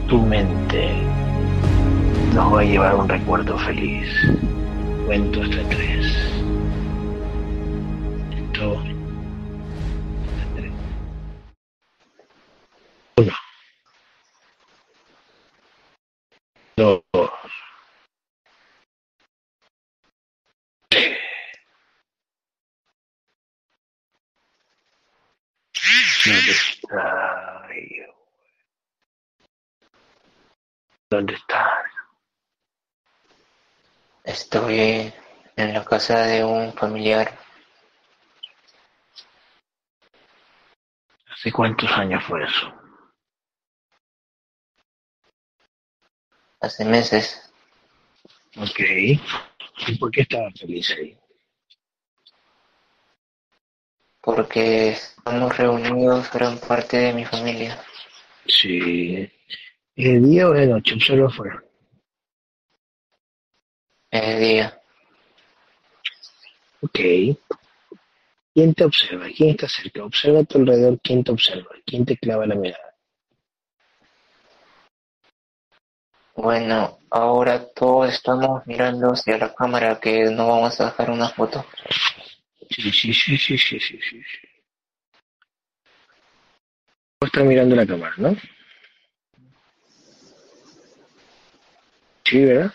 Tu mente nos va a llevar a un recuerdo feliz. Cuento hasta tres. Cuento hasta tres. Uno, dos, tres. ¿Dónde está? ¿Dónde está? Estoy en la casa de un familiar ¿Hace cuántos años fue eso? hace meses Ok. ¿Y por qué estaba feliz ahí? porque estamos reunidos gran parte de mi familia. Sí. ¿El día o de noche? Solo fue. Es día. Ok. ¿Quién te observa? ¿Quién está cerca? Observa a tu alrededor. ¿Quién te observa? ¿Quién te clava la mirada? Bueno, ahora todos estamos mirando hacia la cámara que no vamos a dejar una foto. Sí, sí, sí, sí, sí, sí, sí. Vos estás mirando la cámara, ¿no? Sí, ¿verdad?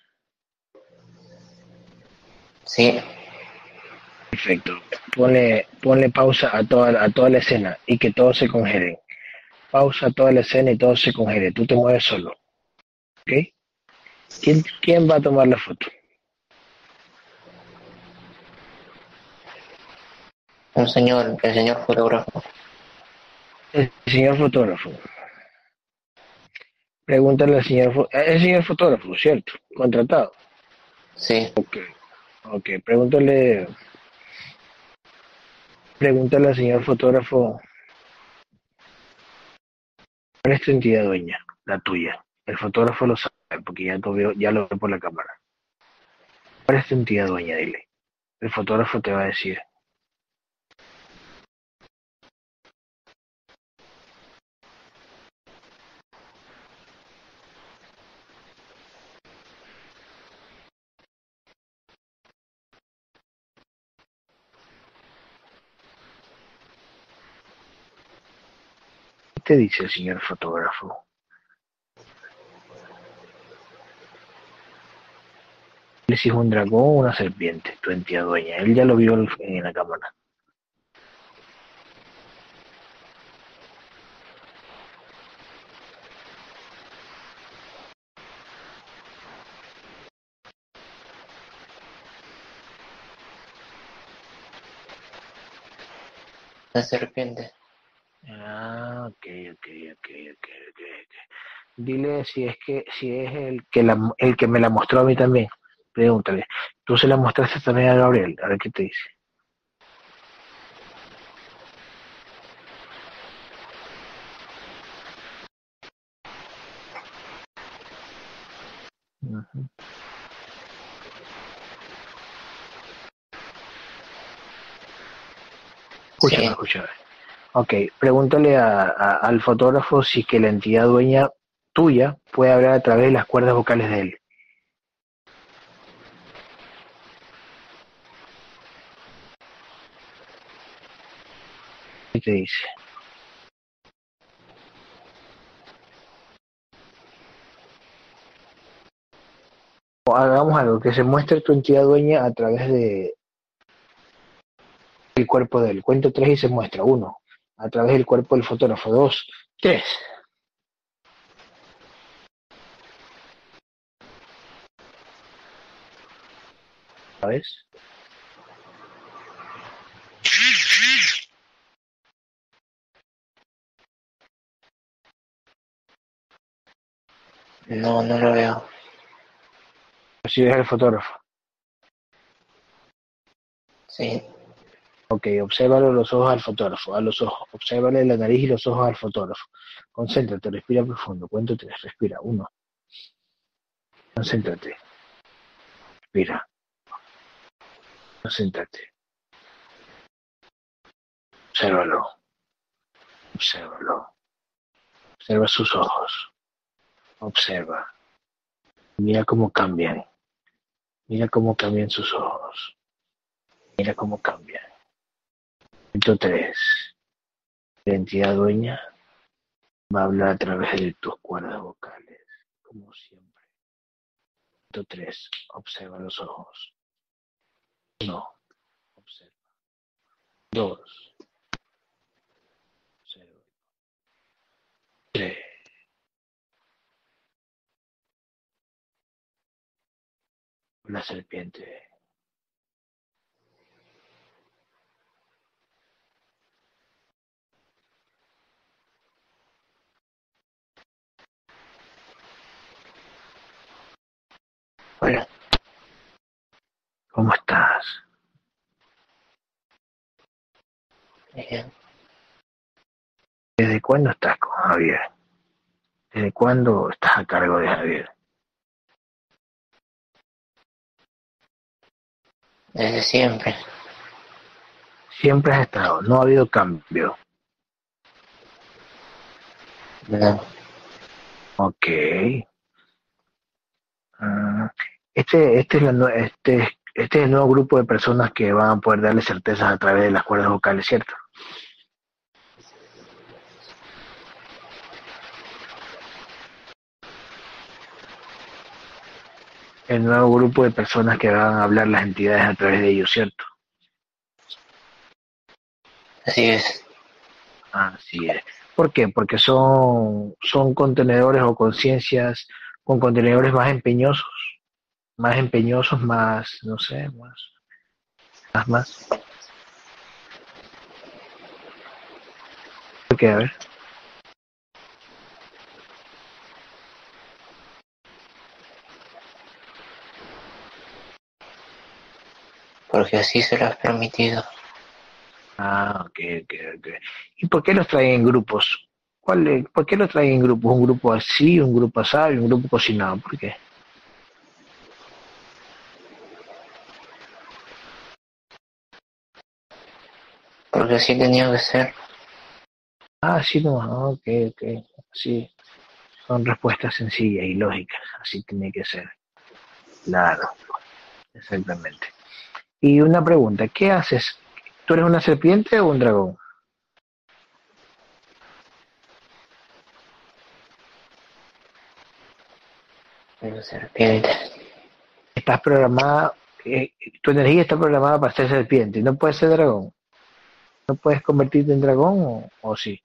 Sí, Perfecto. Ponle pausa a toda la escena y que todos se congelen. Pausa a toda la escena y todo se congele. Tú te mueves solo, ¿ok? ¿Quién va a tomar la foto? el señor fotógrafo. El señor fotógrafo. Pregúntale al señor, el señor fotógrafo, ¿cierto? Contratado. Sí, Ok, ok. Pregúntale al señor fotógrafo, ¿cuál es tu entidad dueña? La tuya. El fotógrafo lo sabe porque ya lo ve por la cámara. ¿Cuál es tu entidad dueña? Dile. El fotógrafo te va a decir. ¿Qué te dice el señor fotógrafo? Él si es un dragón o una serpiente, tu entidad dueña. Él ya lo vio en la cámara. la serpiente. Ah, ok, ok, ok, ok, ok. Dile si es el que me la mostró a mí también. Pregúntale. Tú se la mostraste también a Gabriel. A ver qué te dice. Ujú. Escúchame, Sí, escúchame. Ok, pregúntale al fotógrafo si que la entidad dueña tuya puede hablar a través de las cuerdas vocales de él. ¿Qué te dice? O hagamos algo, que se muestre tu entidad dueña a través del cuerpo de él. Cuento tres y se muestra. Uno, a través del cuerpo del fotógrafo. Dos, tres. ¿Sabes? no, no lo veo. Si ves el fotógrafo. Sí, Ok, obsérvalo los ojos al fotógrafo, a los ojos. Obsérvale la nariz y los ojos al fotógrafo. Concéntrate, respira profundo. Cuento tres, respira. Uno, concéntrate, respira, concéntrate. Obsérvalo, obsérvalo. Observa sus ojos. Observa. Mira cómo cambian. Mira cómo cambian sus ojos. Mira cómo cambian. Punto 3. La entidad dueña va a hablar a través de tus cuerdas vocales, como siempre. Punto 3. Observa los ojos. 1. Observa. 2. Observa. 3. La serpiente. Hola, ¿Cómo estás? bien, ¿Desde cuándo estás con Javier? ¿Desde cuándo estás a cargo de Javier? desde siempre. Siempre has estado, no ha habido cambio. No, Ok. Este es este es el nuevo grupo de personas que van a poder darle certezas a través de las cuerdas vocales, ¿cierto? El nuevo grupo de personas que van a hablar las entidades a través de ellos, ¿cierto? así es. Así es. ¿Por qué? Porque son contenedores o conciencias con contenedores más empeñosos, más, no sé, más. ¿Por qué? A ver. Porque así se lo has permitido. Ah, ok, ok, ok. ¿Y por qué los traen en grupos? ¿Por qué los traen en grupos? ¿Un grupo así, un grupo asado y un grupo cocinado? ¿Por qué? Porque así tenía que ser. Ah, sí, no, ah, ok, ok. Sí, son respuestas sencillas y lógicas. Así tiene que ser. Claro, exactamente. Y una pregunta, ¿qué haces? ¿Tú eres una serpiente o un dragón? Una serpiente. Estás programada, tu energía está programada para ser serpiente y no puedes ser dragón. ¿No puedes convertirte en dragón o sí?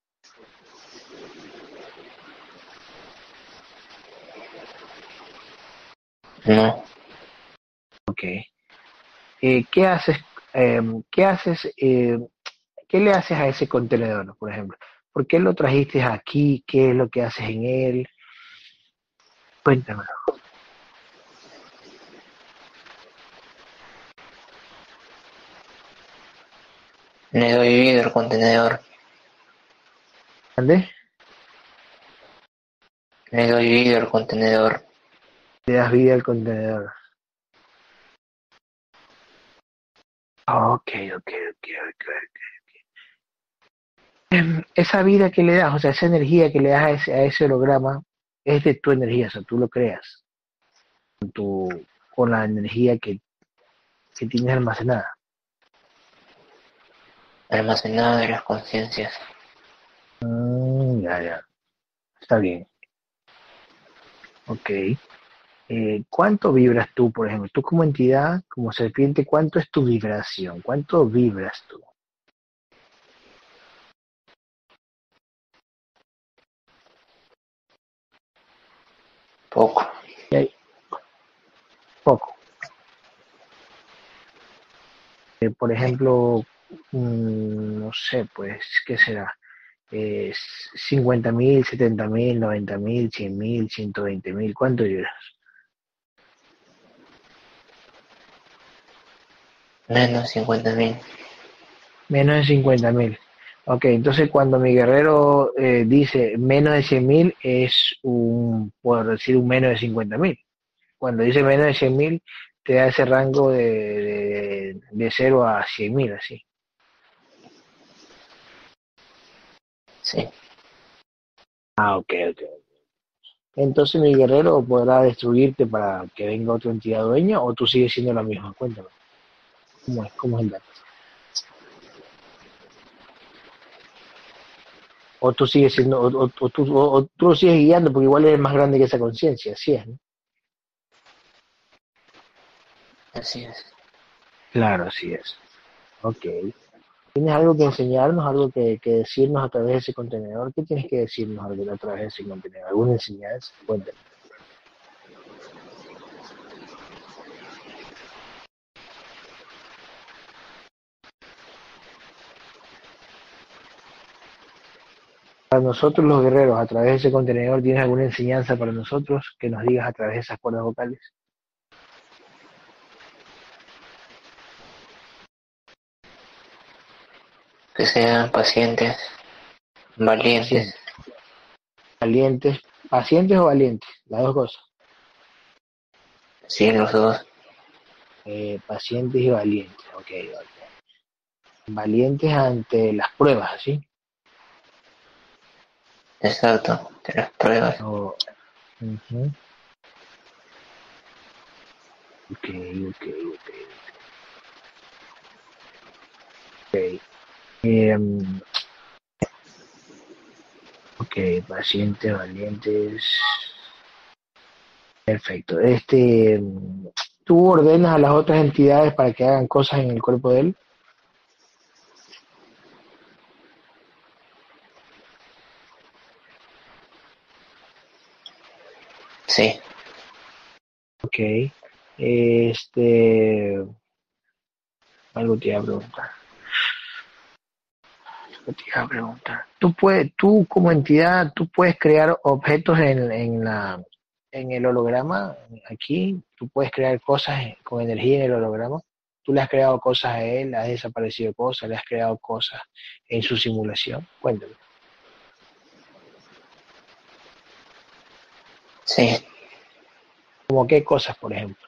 No, Ok. ¿Qué haces? ¿Qué haces? ¿Qué le haces a ese contenedor, por ejemplo? ¿Por qué lo trajiste aquí? ¿Qué es lo que haces en él? Cuéntame. le doy vida al contenedor. ¿Andrés? Le doy vida al contenedor. Le das vida al contenedor. Ok, ok, ok, ok. Esa vida que le das, o sea, esa energía que le das a ese holograma, es de tu energía, o sea, tú lo creas con la energía que tienes almacenada. Almacenada de las conciencias. Ya, ya, está bien. Ok. ¿Cuánto vibras tú, por ejemplo? Tú como entidad, como serpiente, ¿cuánto es tu vibración? ¿Cuánto vibras tú? Poco. Hay poco. Por ejemplo, no sé, pues, ¿qué será? 50.000, 70.000, 90.000, 100.000, 120.000, ¿cuánto vibras? Menos 50.000. Menos de 50.000. Ok, entonces cuando mi guerrero dice menos de 100.000 es por decir, un menos de 50.000. Cuando dice menos de 100.000 te da ese rango de 0 a 100.000, así. Sí. Ah, ok, ok. entonces mi guerrero podrá destruirte para que venga otra entidad dueña o tú sigues siendo la misma. Cuéntame, cómo es el dato? O tú sigues siendo, o tú lo sigues guiando porque igual eres más grande que esa conciencia, así es, ¿no? Así es. Claro, así es. Ok. ¿Tienes algo que enseñarnos, algo que decirnos a través de ese contenedor? ¿Qué tienes que decirnos a través de ese contenedor? ¿Alguna enseñanza? Cuéntame. Para nosotros los guerreros, a través de ese contenedor, ¿tienes alguna enseñanza para nosotros que nos digas a través de esas cuerdas vocales? Que sean pacientes, valientes. Pacientes. Valientes. ¿Pacientes o valientes? Las dos cosas. Sí, los dos. Pacientes y valientes. Ok, ok. Valientes ante las pruebas, ¿sí? Exacto. De las pruebas. O, ujú. Ok, ok, ok. Ok. Em, ok, pacientes, valientes. Perfecto. ¿Tú ordenas a las otras entidades para que hagan cosas en el cuerpo de él? Sí. Ok. Este, algo te iba a preguntar. Algo te iba a preguntar. Tú como entidad, tú puedes crear objetos en el holograma, aquí, tú puedes crear cosas con energía en el holograma. Tú le has creado cosas a él, has desaparecido cosas, le has creado cosas en su simulación. Cuéntame. Sí. ¿Cómo qué cosas, por ejemplo?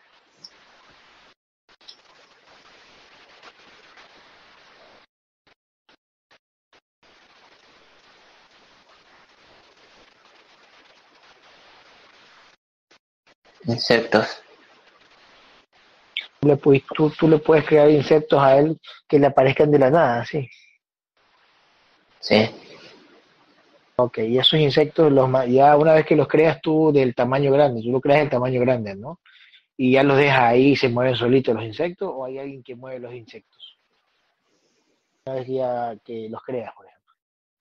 Insectos. Tú le puedes crear insectos a él que le aparezcan de la nada, ¿sí? Sí. Ok, y esos insectos, ya una vez que los creas tú del tamaño grande, tú lo creas del tamaño grande, ¿no? Y ya los dejas ahí y se mueven solitos los insectos, o hay alguien que mueve los insectos. Una vez ya que los creas, por ejemplo.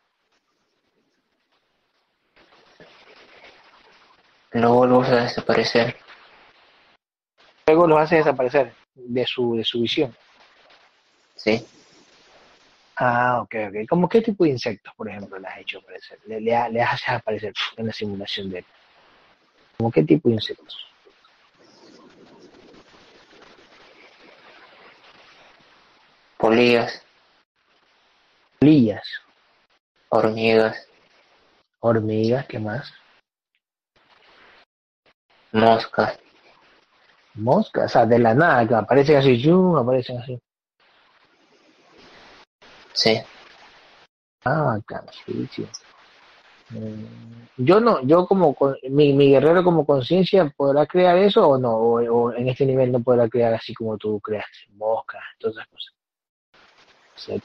Luego vuelvo a desaparecer. Luego los haces desaparecer de su visión. Sí. Ah, ok, ok. ¿Cómo qué tipo de insectos, por ejemplo, le has hecho aparecer? Le haces aparecer en la simulación de él. ¿Cómo qué tipo de insectos? Polillas. Polillas, Hormigas. hormigas, ¿qué más? Moscas. Moscas, o sea, de la nada, que aparecen así, aparecen así. Sí. Ah, sí, sí. Yo no, mi guerrero como conciencia podrá crear eso o no, o en este nivel no podrá crear así como tú creaste, moscas, todas esas cosas. Sí.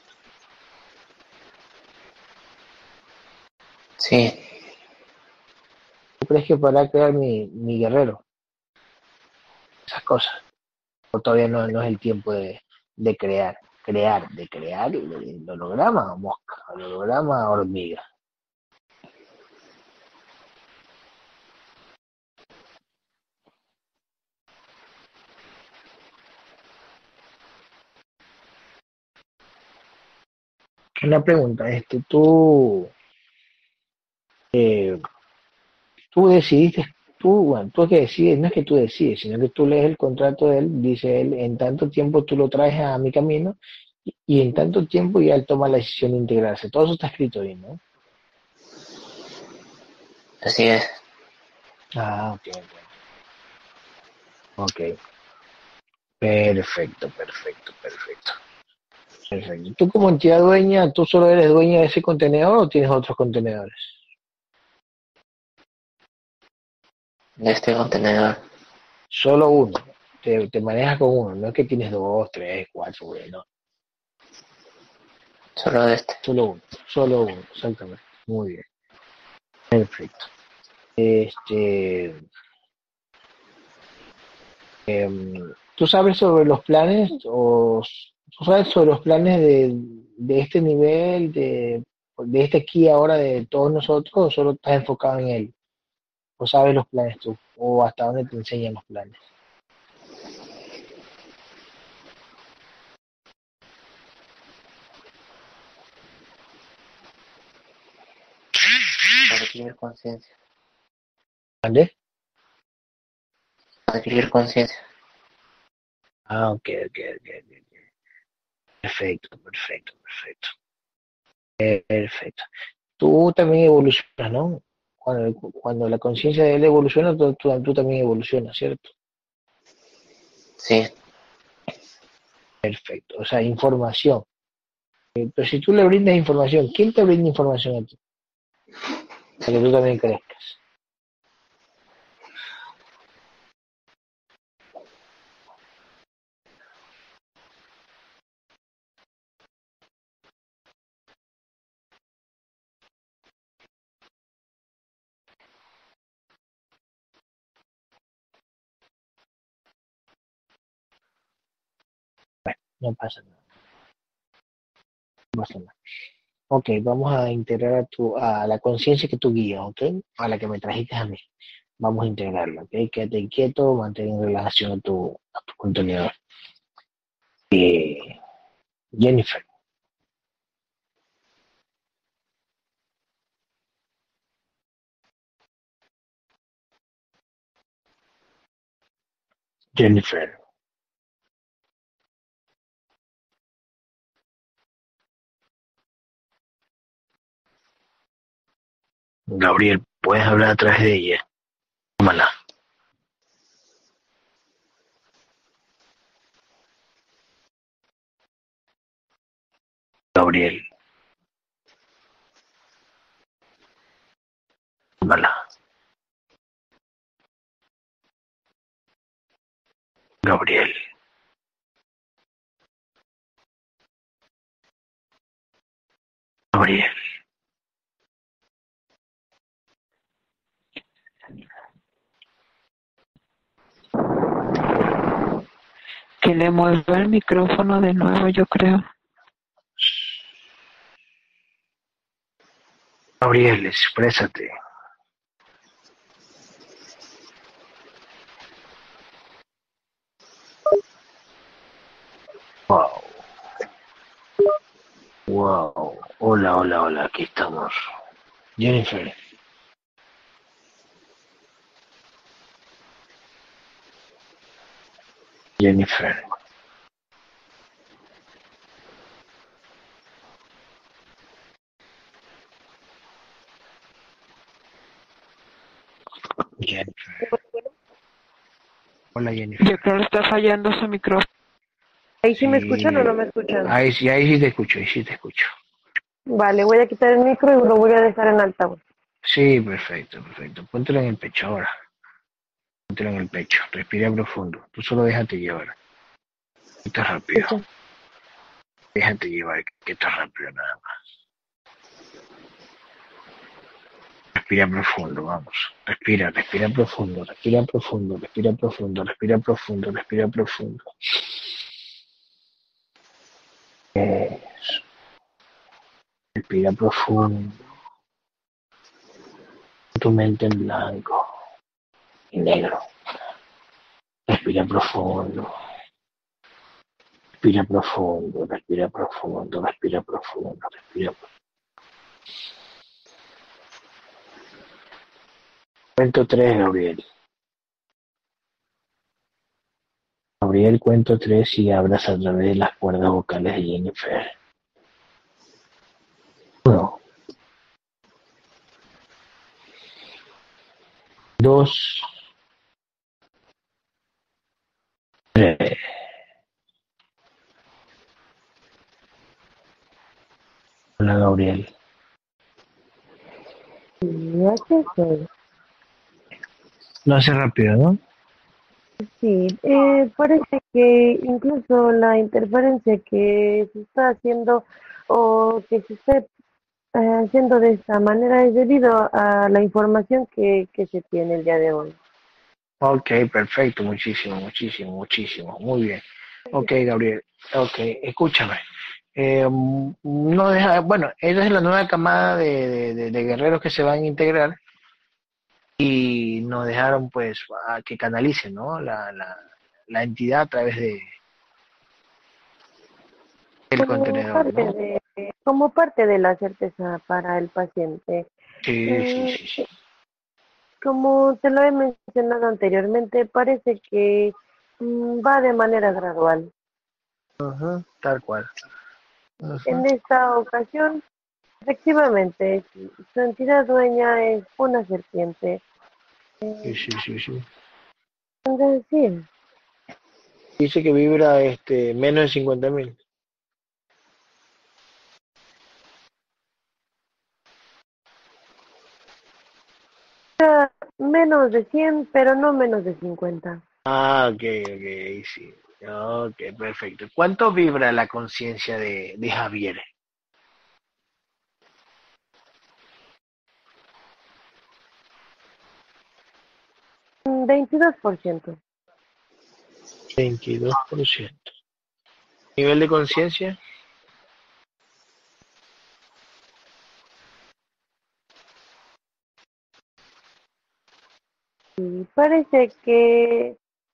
Sí. ¿Tú crees que podrá crear mi guerrero esas cosas? O todavía no es el tiempo de crear el holograma mosca, el holograma hormiga. Una pregunta, eh, tú decidiste, bueno, tú que decides, no es que tú decides, sino que tú lees el contrato de él, dice él, en tanto tiempo tú lo traes a mi camino y en tanto tiempo ya él toma la decisión de integrarse. Todo eso está escrito ahí, ¿no? Así es. Ah, ok, ok. Ok, perfecto, perfecto, perfecto. Perfecto. ¿Tú como entidad dueña, tú solo eres dueña de ese contenedor o tienes otros contenedores? de este contenedor. Solo uno. Te manejas con uno. No es que tienes dos, tres, cuatro, güey, no. Solo de este. Solo uno, exactamente. Muy bien. Perfecto. Este, ¿tú sabes sobre los planes o tú sabes sobre los planes de este nivel, de este aquí ahora de todos nosotros, o solo estás enfocado en él? ¿O sabes los planes tú? ¿O hasta dónde te enseñan los planes? Adquirir conciencia. ¿Vale? Adquirir conciencia. Ah, ok. Perfecto, perfecto, perfecto. Perfecto. Tú también evolucionas, ¿no? Cuando la conciencia de él evoluciona, tú también evolucionas, ¿cierto? Sí, Perfecto. O sea, información. Pero si tú le brindas información, ¿quién te brinda información a ti? Para que tú también crezcas. Bueno, no pasa nada, no pasa nada. Ok, vamos a integrar a la conciencia que tú guías, ¿ok? A la que me trajiste a mí. Vamos a integrarla, ¿ok? Quédate quieto, mantén en relación a tu contenedor. Eh, Jennifer, Jennifer, Gabriel, puedes hablar a través de ella. Tómala, Gabriel, tómala, Gabriel. Gabriel. Que le mueva el micrófono de nuevo, yo creo. Gabriel, exprésate. Wow, wow. Hola, aquí estamos. Jennifer, Jennifer, Jennifer. Hola, Yo Jennifer. creo que está fallando su micrófono. ¿Ahí sí me escuchan o Sí, no me escuchan? ahí sí te escucho, ahí sí te escucho. Vale, voy a quitar el micro y lo voy a dejar en altavoz. Sí, perfecto, perfecto. Póntelo en el pecho ahora. Póntelo en el pecho. Respira profundo. Tú solo déjate llevar. Esto es rápido. Ok. Déjate llevar, que esto es rápido nada más. Respira profundo, vamos. Respira profundo, respira profundo, respira profundo, respira profundo, respira profundo. Eso. Respira profundo. Tu mente en blanco y negro. Respira profundo. Respira profundo, respira profundo, respira profundo, respira profundo. Cuento tres, Gabriel. Gabriel, cuento tres y abras a través de las cuerdas vocales de Jennifer. Uno, dos, tres. Hola, Gabriel. Ya que soy. No hace rápido, ¿no? Sí, parece que incluso la interferencia que se está haciendo o que se esté haciendo de esta manera es debido a la información que se tiene el día de hoy. Ok, perfecto, muchísimo, muchísimo, muchísimo, muy bien. Ok, Gabriel, ok, escúchame. No deja, bueno, esa es la nueva camada de guerreros que se van a integrar y nos dejaron pues a que canalicen, ¿no? La entidad a través del Como contenedor, parte ¿no? como parte de la certeza para el paciente. Sí, sí, Mm, sí, sí. Como te lo he mencionado anteriormente, parece que va de manera gradual. Ajá, tal cual. Ajá. En esta ocasión, efectivamente, su entidad dueña es una serpiente. Sí, sí, sí, sí. Entonces, sí, Dice que vibra menos de 50.000. menos de 100, pero no menos de 50. Ah, ok, ok, ahí sí. Ok, perfecto. ¿Cuánto vibra la conciencia de Javier? 22%. 22%. ¿Nivel de conciencia? Y parece que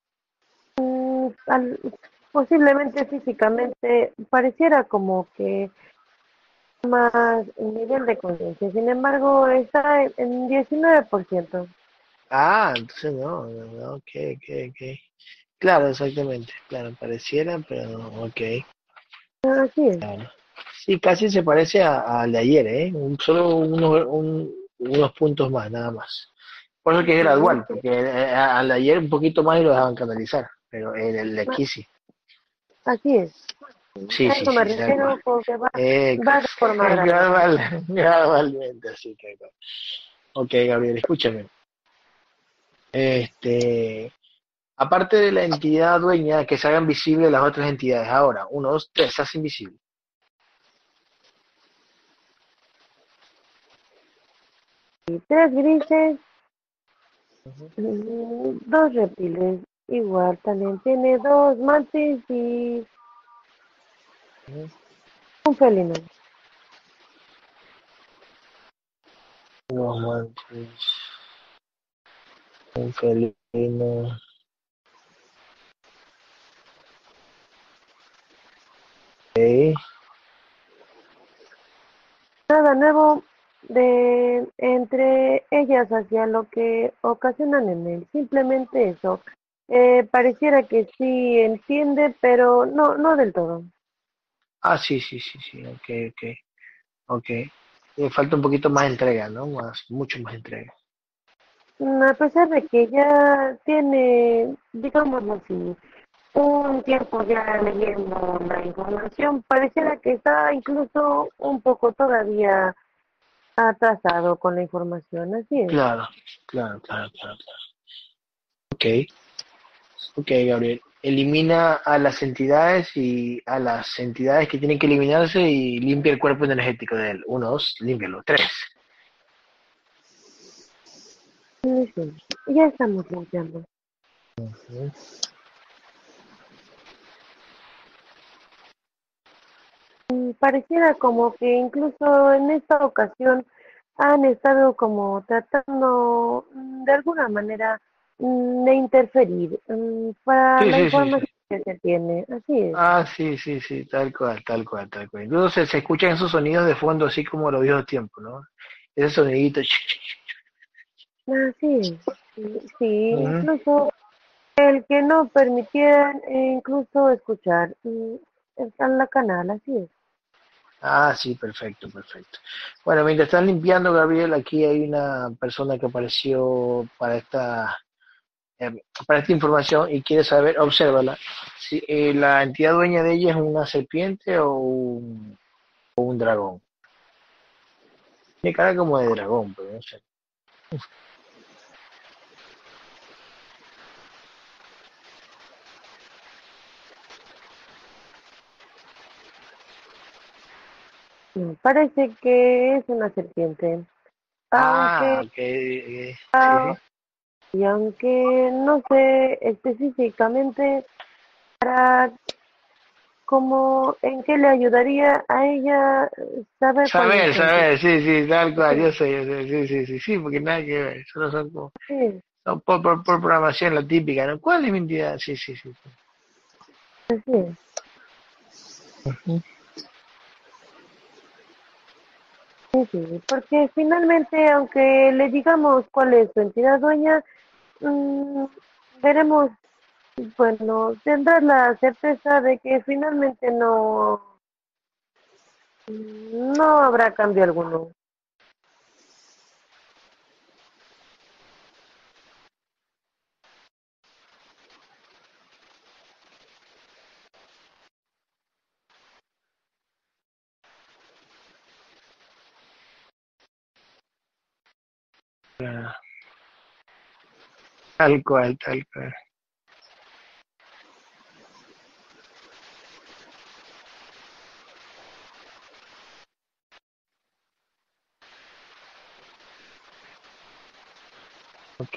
posiblemente físicamente pareciera como que más nivel de conciencia. Sin embargo, está en 19%. Ah, entonces no, no, no, ok, ok, ok. Claro, exactamente. Claro, pareciera, pero no, ok. Así es, Claro. Sí, casi se parece al de ayer, ¿eh? Solo unos puntos más, nada más. Por eso que es sí, gradual, porque al de ayer un poquito más y lo dejaban canalizar, pero el de aquí sí. así es. Sí, A sí, eso me sí, tal cual. refiero porque Eh, va de forma gradual. gradualmente, así tal cual. Ok, Gabriel, escúchame. Este, aparte de la entidad dueña, que se hagan visibles las otras entidades. Ahora, uno, dos, tres, se hacen visibles. Y tres grises, dos reptiles. Igual también tiene dos mantis y un felino. Unos mantis, un felino. Ok. Nada nuevo de entre ellas hacia lo que ocasionan en él. Simplemente eso. Pareciera que sí entiende, pero no del todo. Ah, sí, sí, sí, sí, ok, ok, ok. Le falta un poquito más de entrega, ¿no? Más, mucho más entrega. A pesar de que ya tiene, digámoslo así, un tiempo ya leyendo la información, pareciera que está incluso un poco todavía atrasado con la información. Así es. Claro, claro, claro, claro, claro. Ok, ok, Gabriel. Elimina a las entidades y a las entidades que tienen que eliminarse y limpia el cuerpo energético de él. Uno, dos, límpialo. Tres. Sí, ya estamos limpiando. Ujú. Pareciera como que incluso en esta ocasión han estado como tratando de alguna manera de interferir para Sí, la sí, sí, sí. información que se tiene. Así es. Ah, sí, sí, sí, tal cual, tal cual, tal cual. Incluso se escuchan esos sonidos de fondo, así como los viejos tiempos, ¿no? Ese sonidito. Así es. Sí, sí, Ujú. incluso el que no permitieran incluso escuchar está en la canal, así es. Ah, sí, perfecto, perfecto. Bueno, mientras están limpiando, Gabriel, aquí hay una persona que apareció para esta información y quiere saber, obsérvala, si la entidad dueña de ella es una serpiente o un dragón. Tiene cara como de dragón, pero no sé. Parece que es una serpiente. Ah, Aunque, ok, sí, sí. y aunque no sé específicamente para cómo en qué le ayudaría a ella saber cuáles Saber, son sus... saber, sí, sí, tal cual, Sí, yo sé, sí, sí, sí, sí, porque nada que ver, solo son como, sí, son por programación la típica, ¿no? ¿Cuál es mi entidad? Sí, sí, sí. Sí. así es. Ujú. Sí, sí, porque finalmente, aunque le digamos cuál es su entidad dueña, mm, veremos, bueno, tendrás la certeza de que finalmente no habrá cambio alguno. Ah, tal cual, tal cual. Ok,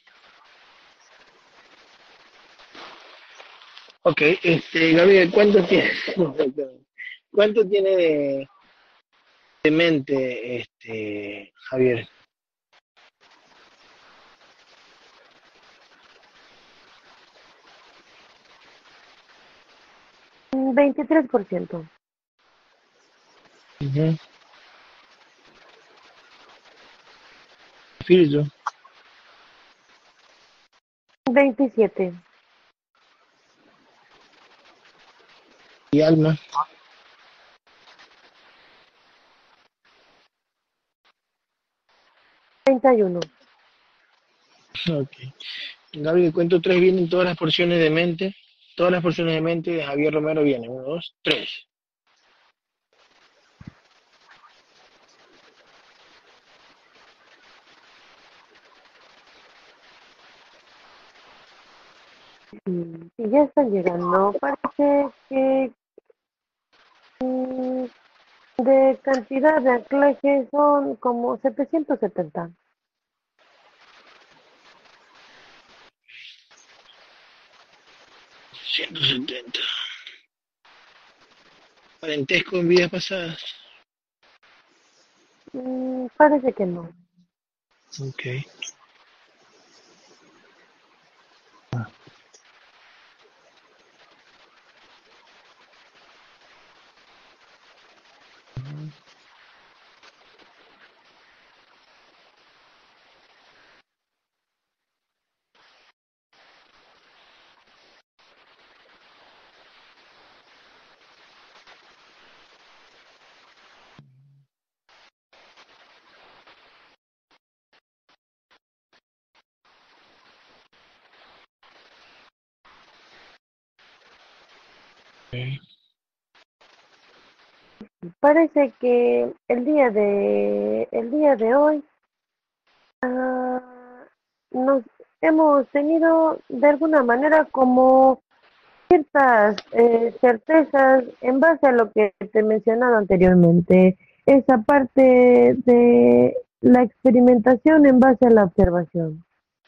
ok, Gabriel, ¿cuánto tiene, cuánto tiene de mente, Javier? 23%, Ujú. Espíritu 27, y alma. 31. Ok. Gabriel, cuento tres, vienen todas las porciones de mente. Todas las porciones de mente de Javier Romero vienen. Uno, dos, tres. Y ya están llegando. Parece que mm, de cantidad de anclajes son como 770. 170. Parentesco en vidas pasadas. Parece que no. Ok. Ok. Parece que el día de hoy ah, nos hemos tenido de alguna manera como ciertas certezas en base a lo que te he mencionado anteriormente, esa parte de la experimentación en base a la observación.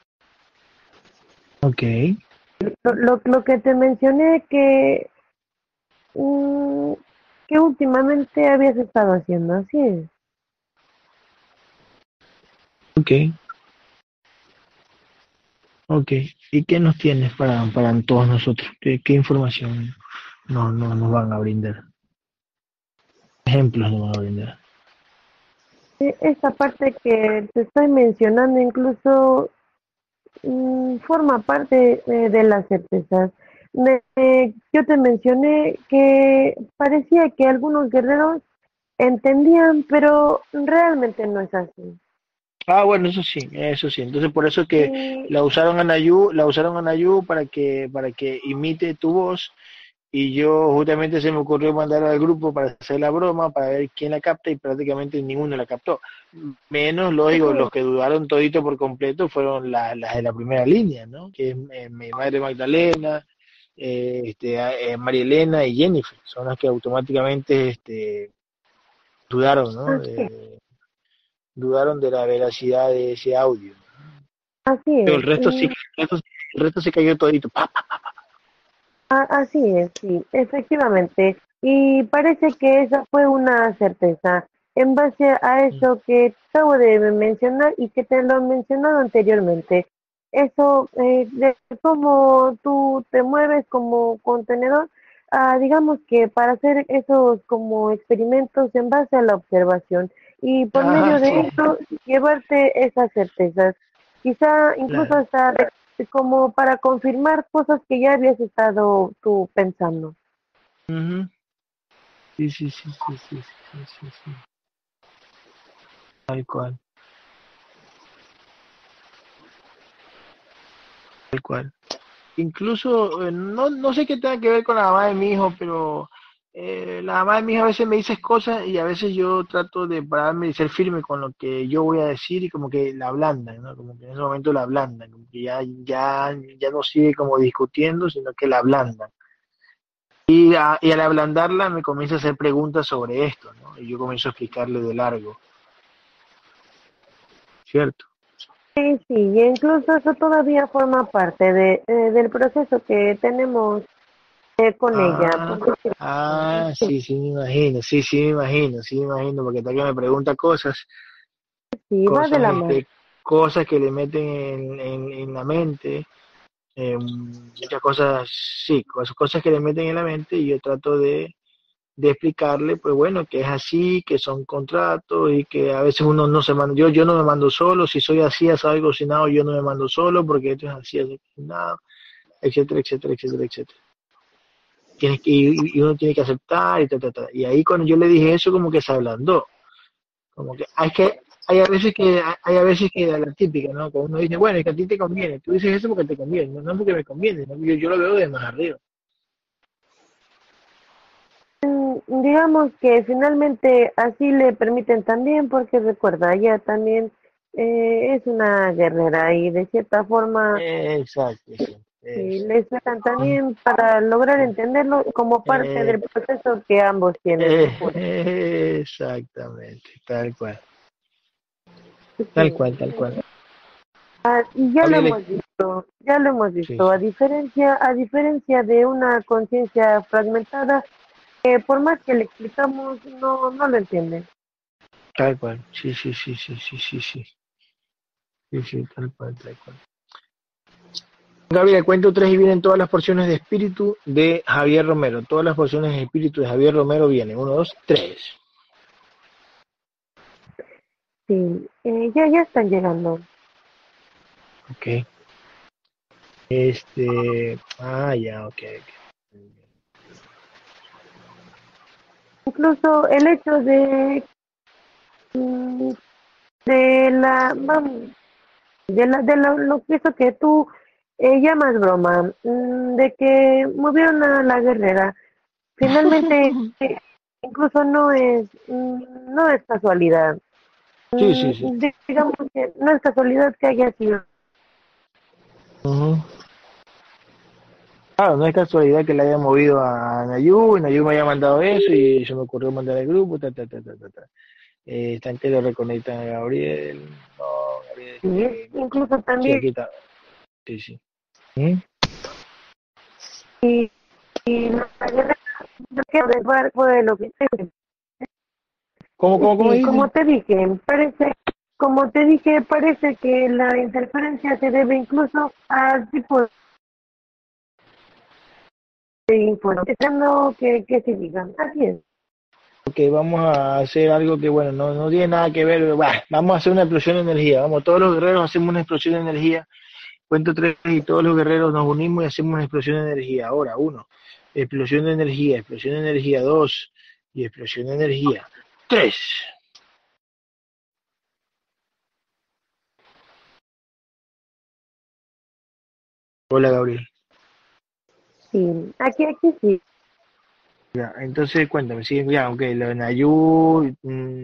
Ok. Lo que te mencioné mm, que últimamente habías estado haciendo, así es. Ok. Ok. ¿Y qué nos tienes para todos nosotros? ¿Qué información nos van a brindar? Ejemplos nos van a brindar. Esta parte que te estoy mencionando incluso forma parte de las certezas. Yo te mencioné que parecía que algunos guerreros entendían, pero realmente no es así. Ah, bueno, eso sí, eso sí. Entonces por eso que Y la usaron a Nayu para que imite tu voz y yo justamente se me ocurrió mandar al grupo para hacer la broma, para ver quién la capta y prácticamente ninguno la captó. Menos, lógico, sí, los que dudaron todito por completo fueron las de la primera línea, ¿no? Que es mi madre Magdalena, María Elena y Jennifer, son las que automáticamente Dudaron, ¿no? Así es, Dudaron de la veracidad de ese audio. así Pero el es. resto sí, el resto se cayó todito. ¡Pap! Así es, sí, efectivamente. Y parece que esa fue una certeza. En base a eso que acabo de mencionar y que te lo he mencionado anteriormente, eso de cómo tú te mueves como contenedor, digamos que para hacer esos como experimentos en base a la observación y por Ah, medio de sí, eso llevarte esas certezas. Quizá incluso claro. hasta como para confirmar cosas que ya habías estado tú pensando. Ujú. Sí, sí, sí, sí, sí, sí, sí, sí, tal cual, tal cual. Incluso, no sé qué tenga que ver con la mamá de mi hijo, pero la mamá de mi hijo a veces me dice cosas y a veces yo trato de pararme y ser firme con lo que yo voy a decir y como que la ablandan, ¿no? Como que en ese momento la ablandan, como que ya no sigue como discutiendo, sino que la ablandan. Y al ablandarla me comienza a hacer preguntas sobre esto, ¿no? Y yo comienzo a explicarle de largo, ¿cierto? Sí, sí, y incluso eso todavía forma parte del proceso que tenemos con ella, Ah, porque sí, sí, sí me imagino, sí me imagino, porque tal que me pregunta cosas, sí, va de cosas, la mano. cosas que le meten en la mente, muchas cosas, sí, cosas que le meten en la mente y yo trato de explicarle, pues bueno, que es así, que son contratos y que a veces uno no se manda, yo no me mando solo, si soy así, asado y cocinado, yo no me mando solo porque esto es así, así cocinado, etcétera, etcétera, etcétera, etcétera. Y uno tiene que aceptar y ta, ta, ta. Y ahí cuando yo le dije eso, como que se ablandó. Como que hay a veces que la típica, ¿no? Cuando uno dice, bueno, es que a ti te conviene, tú dices eso porque te conviene, no porque me conviene, ¿no? Yo lo veo de más arriba. Digamos que finalmente así le permiten también, porque recuerda, ella también es una guerrera y de cierta forma Exacto, sí, les exacto. sacan también para lograr entenderlo como parte Eh, del proceso que ambos tienen. exactamente, tal cual, tal Sí. cual, tal cual. Y ya lo Gabriel, hemos visto, ya lo hemos sí, visto. sí, A diferencia de una conciencia fragmentada, que por más que le explicamos, no lo entienden. tal cual, sí, sí, sí, sí, sí, sí, sí, sí, sí, tal cual, tal cual. Gabriel, cuento tres y vienen todas las porciones de espíritu de Javier Romero. Todas las porciones de espíritu de Javier Romero vienen. Uno, dos, tres. Sí, ya están llegando. Ok. Ya, ok, ok. Incluso el hecho mm, de vamos, lo que eso que tú llamas broma, de que movieron a la guerrera, finalmente incluso no es casualidad. Sí, sí, sí. Digamos que no es casualidad que haya sido. Ujú. Claro, no es casualidad que le haya movido a Nayu, y Nayu me haya mandado eso y se me ocurrió mandar al grupo, ta, ta, ta, ta, ta, ta. Están que lo reconectan a Gabriel. No, Gabriel, Sí, incluso sí, también aquí está. Sí, sí. ¿Mm? y, y la guerra que fue lo que ¿Cómo sí, dice? como te dije, parece que la interferencia se debe incluso al tipo de información que se digan. Así es. Que vamos a hacer algo que, bueno, no tiene nada que ver. Bah, vamos a hacer una explosión de energía. Vamos, todos los guerreros hacemos una explosión de energía. Cuento tres y todos los guerreros nos unimos y hacemos una explosión de energía. Ahora, uno, explosión de energía, dos, y explosión de energía, tres. Hola, Gabriel. Sí, aquí sí. Ya, entonces, cuéntame, sí, ya, ok, lo de Nayu,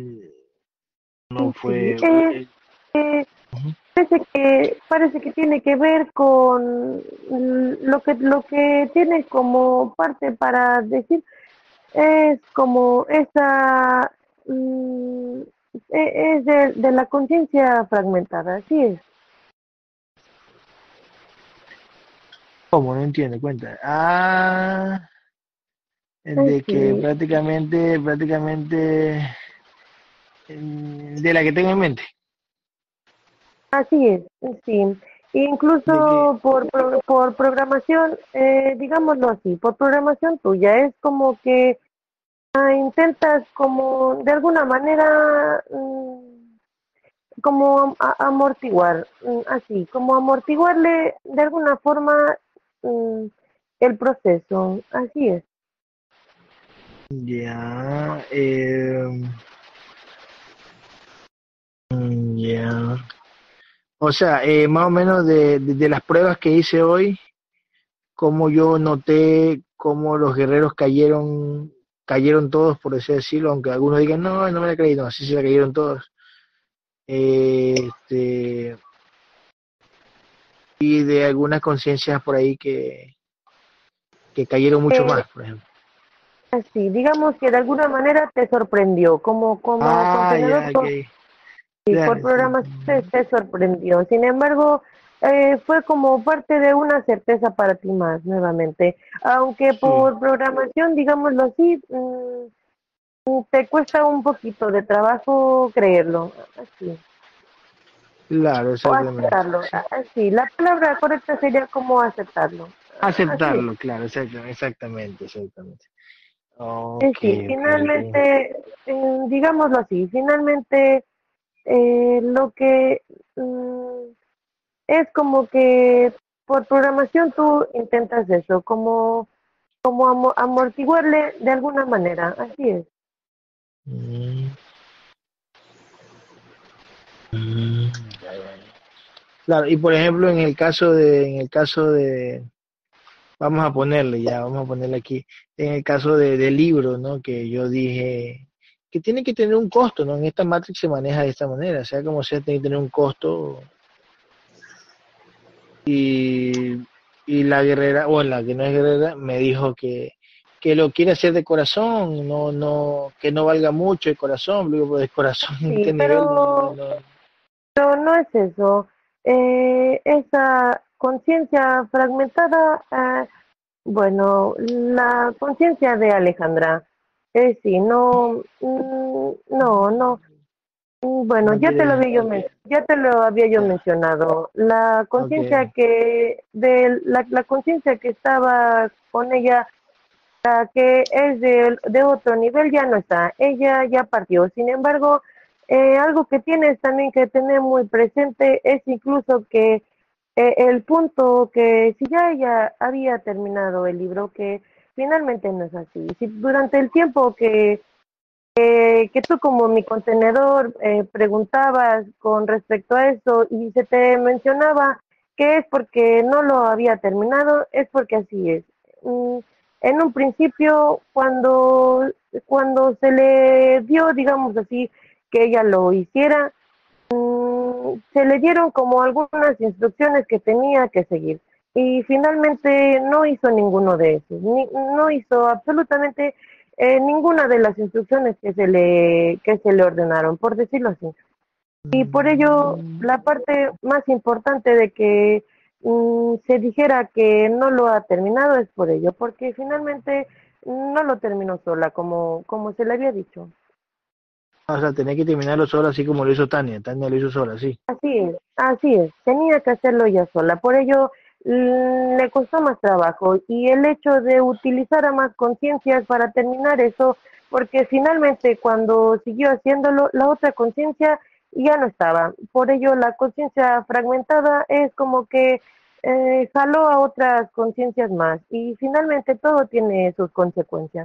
no Sí, sí. fue... Eh, Ujú. parece que tiene que ver con lo que tiene como parte para decir es como esa mm, es de la conciencia fragmentada, así es. ¿Cómo? No entiendo, cuenta. Ah, de que Así, prácticamente, de la que tengo en mente. así es, sí. De que, Incluso por programación, digámoslo así, por programación tuya, es como que intentas como de alguna manera como amortiguar, así, como amortiguarle de alguna forma mm, el proceso, así es. ya, ya. O sea, más o menos de las pruebas que hice hoy, como yo noté cómo los guerreros cayeron todos, por así decirlo, aunque algunos digan, no, no me la creí, no, así se la cayeron todos. Este, y de algunas conciencias por ahí que cayeron mucho Eh, más, por ejemplo. Así, digamos que de alguna manera te sorprendió, como Ah, contenedor ya, ok. por Ya, sí. programación te sorprendió. Sin embargo, fue como parte de una certeza para ti más, nuevamente. Aunque Sí, por programación, digámoslo así, te cuesta un poquito de trabajo creerlo, así. claro, O exactamente. aceptarlo, Sí. así. La palabra correcta sería como aceptarlo. Así es. Aceptarlo, claro, exactamente, exactamente. Ok, Sí, ok, ok. finalmente, digámoslo así, finalmente lo que es como que por programación tú intentas eso, como amortiguarle de alguna manera, así es. Mm, mm, ya, ya, ya. Claro, y por ejemplo, vamos a ponerle aquí, en el caso del libro, ¿no? Que yo dije que tiene que tener un costo, ¿no? En esta Matrix se maneja de esta manera, sea como sea, tiene que tener un costo y, y la guerrera, o la que no es guerrera, me dijo que lo quiere hacer de corazón, que no valga mucho el corazón, digo, pues el corazón en Sí, este nivel pero no es eso. Esa conciencia fragmentada, bueno, la conciencia de Alejandra, sí, no, no. Bueno, no quiere, ya te lo había yo ya, mencionado. La ok, conciencia la conciencia que estaba con ella, la que es de otro nivel, ya no está. Ella ya partió. Sin embargo, algo que tienes también que tener muy presente es incluso que el punto que si ya ella había terminado el libro, que finalmente no es así. Si durante el tiempo que tú como mi contenedor preguntabas con respecto a eso y se te mencionaba que es porque no lo había terminado, es porque así es. Mm, en un principio, cuando se le dio, digamos así, que ella lo hiciera, se le dieron como algunas instrucciones que tenía que seguir y finalmente no hizo ninguno de esos, no hizo absolutamente ninguna de las instrucciones que se le ordenaron, por decirlo así. Y por ello, mm, la parte más importante de que se dijera que no lo ha terminado es por ello, porque finalmente no lo terminó sola, como se le había dicho. o sea, tenía que terminarlo solo así como lo hizo Tania lo hizo sola, sí. Así es, tenía que hacerlo ella sola, por ello le costó más trabajo y el hecho de utilizar a más conciencias para terminar eso, porque finalmente cuando siguió haciéndolo, la otra conciencia ya no estaba, por ello la conciencia fragmentada es como que jaló a otras conciencias más y finalmente todo tiene sus consecuencias.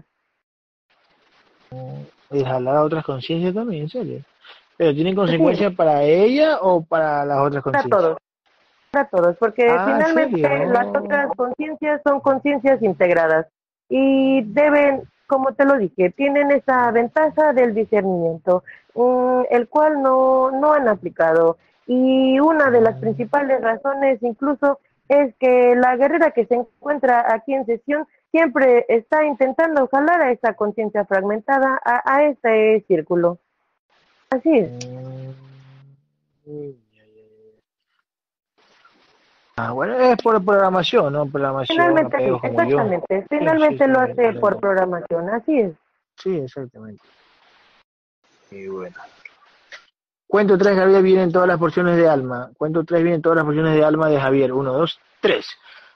Y jalar a otras conciencias también, en serio. Pero ¿tienen Sí, consecuencias para ella o para las otras para conciencias? todos. Para todos, porque Ah, ¿en finalmente las serio? otras conciencias son conciencias integradas y deben, como te lo dije, tienen esa ventaja del discernimiento, el cual no han aplicado. Y una de las Mm, principales razones incluso es que la guerrera que se encuentra aquí en sesión siempre está intentando jalar a esa conciencia fragmentada a este círculo. Así es. Bueno, es por programación, ¿no? Programación, Finalmente sí, apegos como yo. exactamente. Sí, sí, Finalmente sí, lo lo hace por entiendo. programación, así es. Sí, exactamente. Y bueno. Cuento 3, Javier, vienen todas las porciones de alma. Cuento 3, vienen todas las porciones de alma de Javier. 1, 2, 3.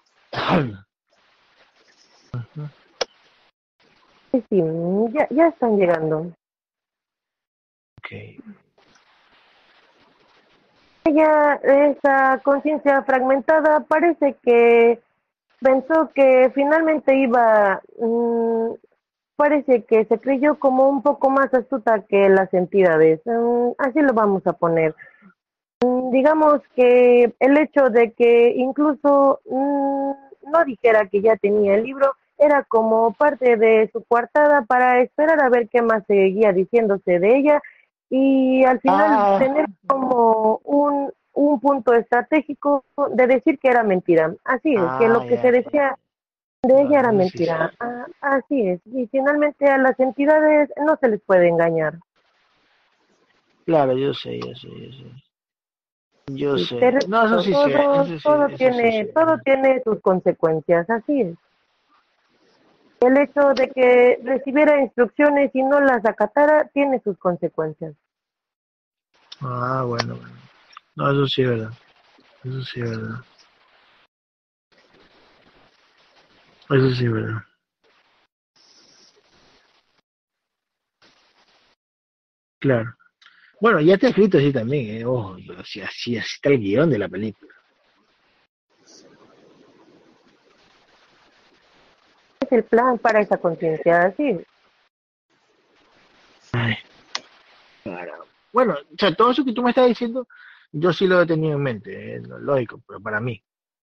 Sí, sí, ya están llegando. Ok. Ella, esa conciencia fragmentada, parece que pensó que finalmente iba, parece que se creyó como un poco más astuta que las entidades. Así lo vamos a poner. Digamos que el hecho de que incluso no dijera que ya tenía el libro era como parte de su coartada para esperar a ver qué más seguía diciéndose de ella y al final Ah, tener como un punto estratégico de decir que era mentira. Así es, que lo que ya, se ya. decía de No, ella era no, sí, sí. mentira. Así es, y finalmente a las entidades no se les puede engañar. Claro, yo sé, yo sé, yo sé. Yo Sí, te sé. No, eso repito, sí sé, eso sí, eso sí sé. todo tiene sus consecuencias, así es. El hecho de que recibiera instrucciones y no las acatara tiene sus consecuencias. Bueno, bueno. No, eso sí es verdad. Eso sí es verdad. Eso sí es verdad. Claro. Bueno, ya está escrito así también, ¿eh? Ojo, así está el guión de la película. Es el plan para esa conciencia, así es. Ay, claro. Bueno, o sea, todo eso que tú me estás diciendo, yo sí lo he tenido en mente, lógico, pero para mí.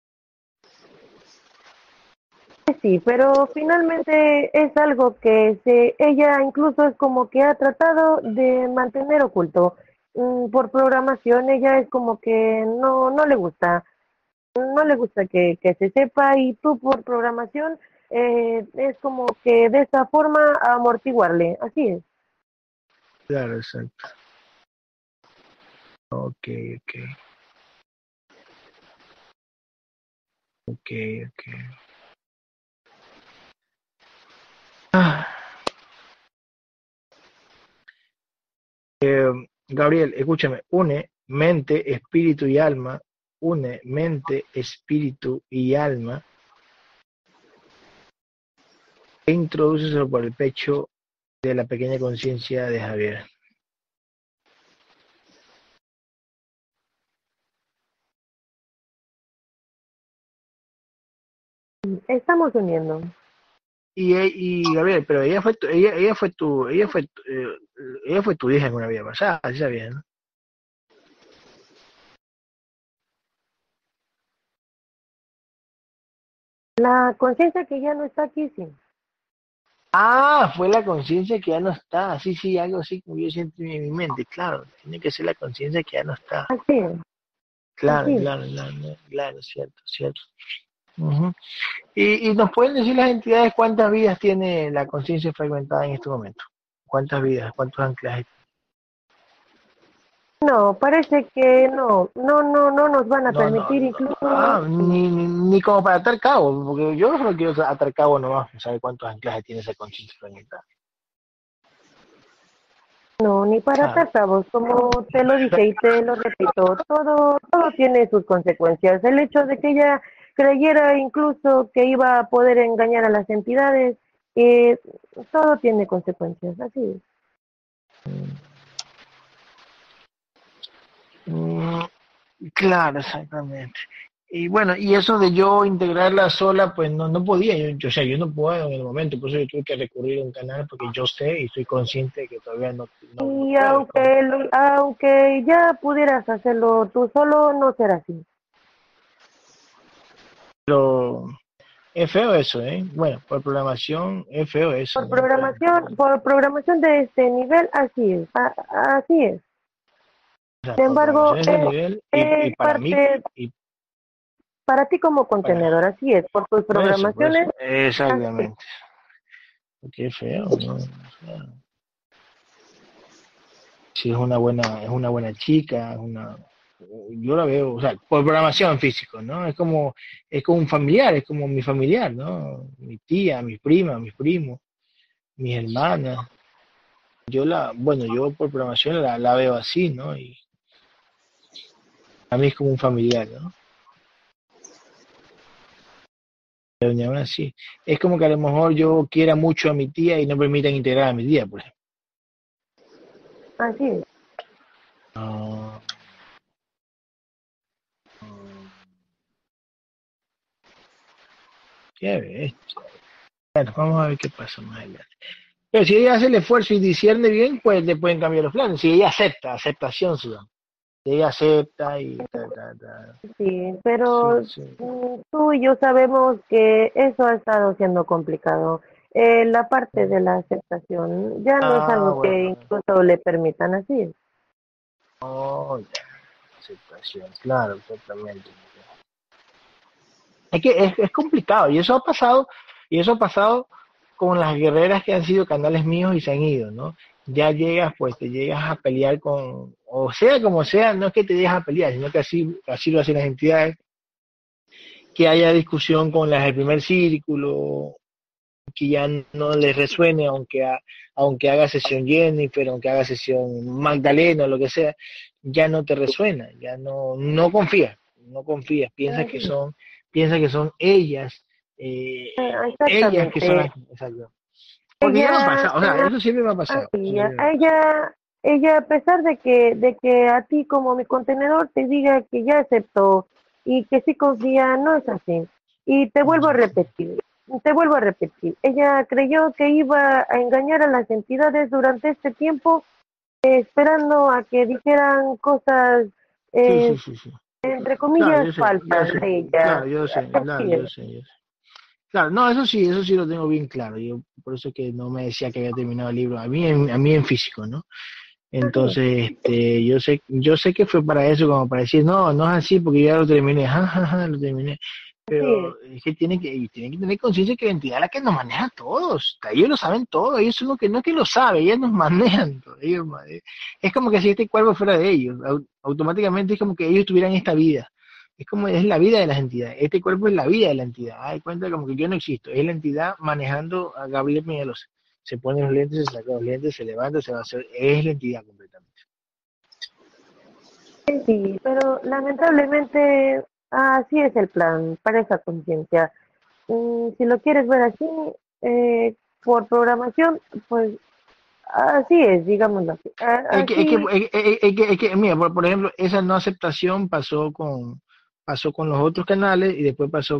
Sí, pero finalmente es algo que ella incluso es como que ha tratado de mantener oculto. Por programación ella es como que no le gusta. No le gusta que se sepa y tú por programación es como que de esa forma amortiguarle, así es. Claro, exacto. Ok, ok, ok, ok. Ah, Gabriel, escúchame, une mente, espíritu y alma, une mente, espíritu y alma, e introdúceselo por el pecho de la pequeña conciencia de Javier. Estamos uniendo. Y Gabriel, pero ella fue tu hija en una vida pasada, así sabías, ¿no? La conciencia que ya no está aquí, sí. Ah, fue la conciencia que ya no está. Sí, sí, algo así como yo siento en mi mente. Claro, tiene que ser la conciencia que ya no está. Así es, Claro, así es. claro, claro, claro, cierto, cierto. Ujú. Y nos pueden decir las entidades cuántas vidas tiene la conciencia fragmentada en este momento. ¿Cuántas vidas? ¿Cuántos anclajes? No, parece que no nos van a No, no, permitir no. incluso, Ni como para atar cabo, porque yo solo quiero atar cabo nomás, no saber cuántos anclajes tiene esa conciencia fragmentada. no, ni para Claro. cabos, como te lo dije y te lo repito, todo tiene sus consecuencias. El hecho de que ella creyera incluso que iba a poder engañar a las entidades, eh, todo tiene consecuencias, así es. Mm, claro, exactamente. Y bueno, y eso de yo integrarla sola, pues no podía, o sea, yo no puedo en el momento, por eso yo tuve que recurrir a un canal porque yo sé y estoy consciente de que todavía no Y puedo. aunque ya pudieras hacerlo tú solo, no será así. Pero es feo eso, ¿eh? Bueno, por programación es feo eso, ¿no? Por programación de este nivel, así es, así es. O sea, Sin por embargo, programación de ese nivel y es para mí, parte, y para ti como Bueno, contenedor, así es, por tus por eso, programaciones, así. exactamente. Qué feo, ¿no? O sea, si es una buena chica, yo la veo, o sea, por programación físico, ¿no? Es como un familiar, es como mi familiar, ¿no? Mi tía, mis primas, mis primos, mis hermanas. Bueno, yo por programación la veo así, ¿no? Y a mí es como un familiar, ¿no? Pero ni aún así. Es como que a lo mejor yo quiera mucho a mi tía y no permitan integrar a mi tía, por ejemplo. Así es. No, no, qué bestia. Bueno, vamos a ver qué pasa más adelante. Pero si ella hace el esfuerzo y discierne bien, pues le pueden cambiar los planes. Si ella acepta, aceptación, sí. Si ella acepta y ta. Sí, Sí, pero sí. tú y yo sabemos que eso ha estado siendo complicado. La parte de la aceptación ya no es Ah, algo que bueno. incluso le permitan así. Oh, ya. Aceptación, claro, exactamente. Es complicado y eso ha pasado con las guerreras que han sido canales míos y se han ido, ¿no? Ya llegas, pues te llegas a pelear o sea como sea, no es que te dejas a pelear, sino que así lo hacen las entidades, que haya discusión con las del primer círculo, que ya no les resuene, aunque haga sesión Jennifer, aunque haga sesión Magdalena, o lo que sea, ya no te resuena, ya no confías, piensas que son ellas, ellas que son Exactamente. las, exacto. Porque ya me ha Ella, pasado, o sea, eso siempre me ha pasado, eso así, siempre me ha pasado. ella, a pesar de que a ti como mi contenedor te diga que ya aceptó y que sí confía, no es así. Y te vuelvo a repetir, ella creyó que iba a engañar a las entidades durante este tiempo, esperando a que dijeran cosas, Sí, eh, sí, sí, sí. entre Claro, comillas, falsas de ella. claro, Así es. yo sé. Claro, no, eso sí lo tengo bien claro. Yo por eso es que no me decía que había terminado el libro. A mí en físico, ¿no? Así Entonces, yo sé que fue para eso, como para decir, no, no es así, porque yo ya lo terminé, lo terminé. es. Pero es que tienen que tener conciencia que la entidad es la que nos maneja a todos. Ellos lo saben todo, ellos son lo que no es que lo saben, ellos nos manejan todo. Es como que si este cuerpo fuera de ellos, automáticamente es como que ellos tuvieran esta vida. Es como es la vida de las entidades. Este cuerpo es la vida de la entidad. Hay cuenta como que yo no existo. Es la entidad manejando a Gabriel Peñalosa. Se pone los lentes, se saca los lentes, se levanta, se va a hacer. Es la entidad completamente. Sí, pero lamentablemente así es el plan para esa conciencia. Si lo quieres ver así, eh, por programación, pues así es, digámoslo así. Así, Mira, por ejemplo, esa no aceptación pasó con los otros canales y después pasó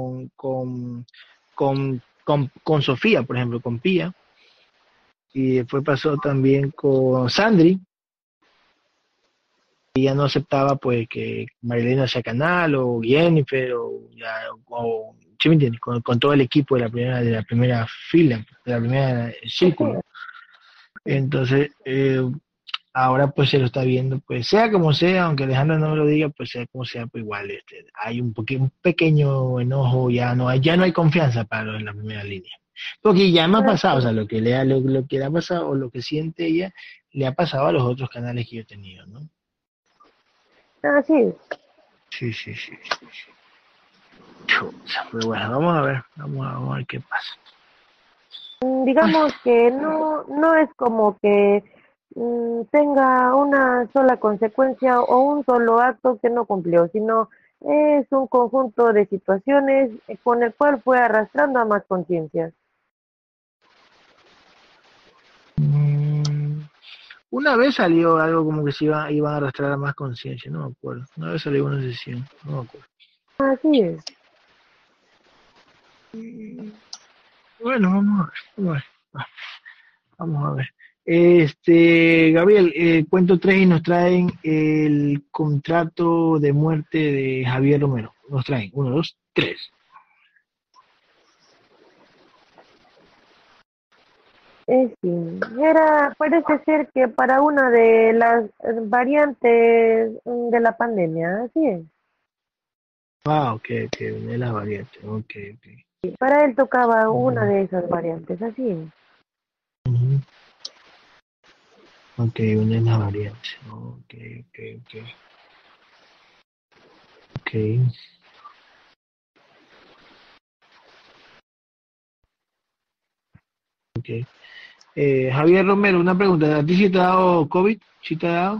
con Sofía, por ejemplo, con Pía, y después pasó también con Sandri, y ya no aceptaba pues que Marilena sea canal o Jennifer ¿sí me entiendes? Con todo el equipo de la primera fila, de la primera así círculo. es. Entonces, ahora pues se lo está viendo, pues sea como sea, aunque Alejandra no me lo diga, pues sea como sea, pues igual hay un pequeño enojo, ya no hay confianza para los en la primera línea. Porque ya me ha pasado, o sea, lo que le ha pasado o lo que siente ella, le ha pasado a los otros canales que yo he tenido, ¿no? Así es. Sí. Chuta, pero bueno, vamos a ver qué pasa. Ay, Digamos que no es como que tenga una sola consecuencia o un solo acto que no cumplió, sino es un conjunto de situaciones con el cual fue arrastrando a más conciencias. mm, una vez salió algo como que iban a arrastrar a más conciencia, no me acuerdo. Una vez salió una sesión, no me acuerdo. Así es. Bueno, vamos a ver. Vamos a ver. Gabriel, cuento tres y nos traen el contrato de muerte de Javier Romero. Nos traen, uno, dos, tres. Sí, parece ser que para una de las variantes de la pandemia, así es. Ah, ok, ok, una de las variantes, ok, ok. Para él tocaba una Ujú, de esas variantes, así es. ujú. Ok, una de las variantes, ok, ok, ok, ok, ok. Javier Romero, una pregunta, ¿a ti sí te ha dado COVID? ¿Sí te ha dado?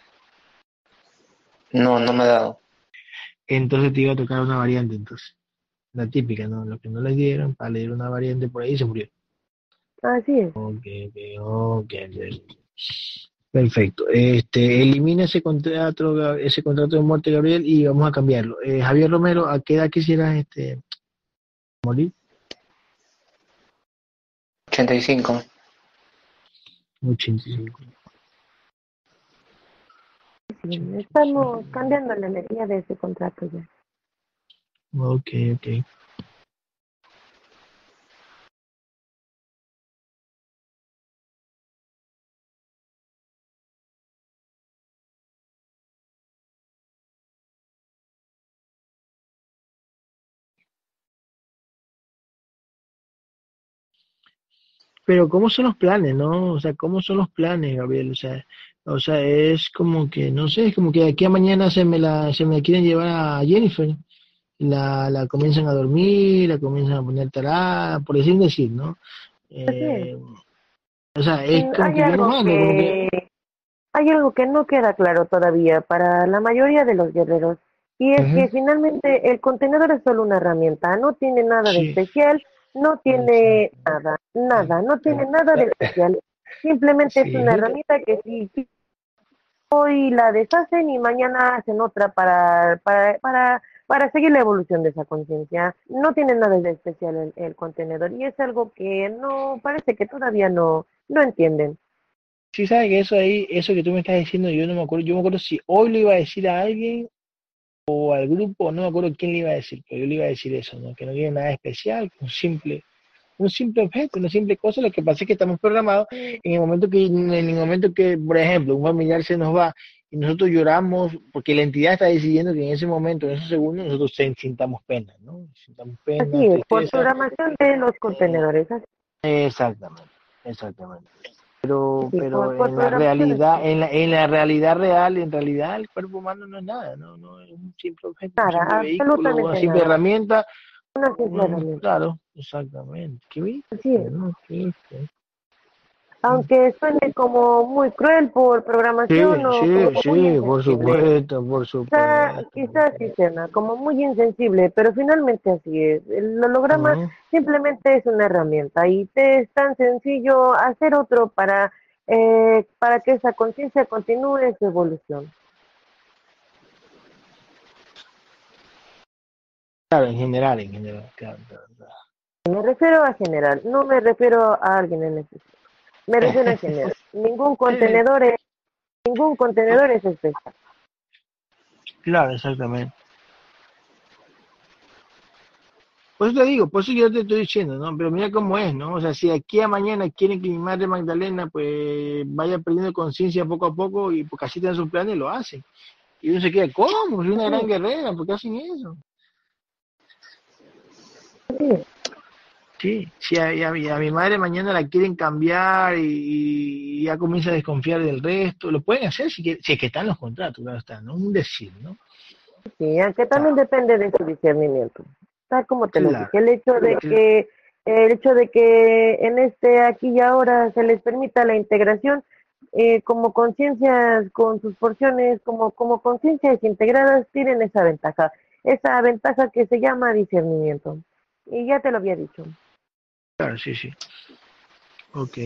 No, no me ha dado. Entonces te iba a tocar una variante, entonces. La típica, ¿no? Lo que no le dieron, para leer una variante por ahí se murió. Así es. Ok, ok, ok, ok. Perfecto. Elimina ese contrato de muerte, Gabriel, y vamos a cambiarlo. Javier Romero, ¿a qué edad quisieras morir? 85. 85. Sí, 85. estamos cambiando la energía de ese contrato ya. Ok, ok. Pero ¿cómo son los planes, no? O sea, ¿cómo son los planes, Gabriel? O sea, es como que, no sé, es como que de aquí a mañana se me quieren llevar a Jennifer. La comienzan a dormir, la comienzan a poner tarada, por decir, ¿no? Así es. Eh, o sea, es como Hay que ya no algo mando, como que, que Hay algo que no queda claro todavía para la mayoría de los guerreros, y es ujú, que finalmente el contenedor es solo una herramienta, no tiene nada de sí, especial, no tiene exacto, nada, nada, no tiene nada de exacto, especial. Simplemente es sí, una herramienta que si hoy la deshacen y mañana hacen otra para seguir la evolución de esa conciencia. No tiene nada de especial el contenedor y es algo que no parece que todavía no entienden. sí, sabes que eso ahí, eso que tú me estás diciendo, yo me acuerdo si hoy lo iba a decir a alguien o al grupo, no me acuerdo quién le iba a decir, pero yo le iba a decir eso, ¿no? Que no tiene nada especial, un simple objeto, una simple cosa. Lo que pasa es que estamos programados en el momento que, por ejemplo, un familiar se nos va y nosotros lloramos porque la entidad está decidiendo que en ese momento, en esos segundos, nosotros sintamos pena, ¿no? Sintamos Así pena, es, por tristeza. programación de los eh, contenedores, así exactamente, exactamente. Pero, sí, pero por en la programación de realidad, en la realidad real, en realidad el cuerpo humano no es nada, no es un simple objeto, un nada, simple vehículo, una absolutamente simple nada, herramienta. una simple herramienta. Claro, exactamente. ¿Qué viste? Así es. ¿No? ¿Qué viste? Aunque suene como muy cruel por programación Sí, o como sí, muy sí, por insensible, supuesto, por supuesto. quizás sí suena como muy insensible, pero finalmente así es. El holograma Ujú. simplemente es una herramienta y te es tan sencillo hacer otro para que esa conciencia continúe su evolución. Claro, en general, claro, claro, Me refiero a general, no me refiero a alguien en específico. Me refiero en general. Ningún contenedor es especial. claro, exactamente. Por eso te digo, por eso yo te estoy diciendo, ¿no? Pero mira cómo es, ¿no? O sea, si aquí a mañana quieren que mi madre Magdalena pues vaya perdiendo conciencia poco a poco y porque así tienen sus planes, lo hacen. Y uno se queda, ¿cómo? Es una gran Sí, guerrera, ¿por qué hacen eso? sí, Sí, si a mi madre mañana la quieren cambiar y ya comienza a desconfiar del resto, lo pueden hacer si es que están los contratos, claro está, no un decir, ¿no? O sí, aunque sea, también depende de su discernimiento. Tal como te lo claro, dije, el hecho de que en este aquí y ahora se les permita la integración como conciencias con sus porciones, como conciencias integradas, tienen esa ventaja que se llama discernimiento. Y ya te lo había dicho. claro, sí, sí, ok,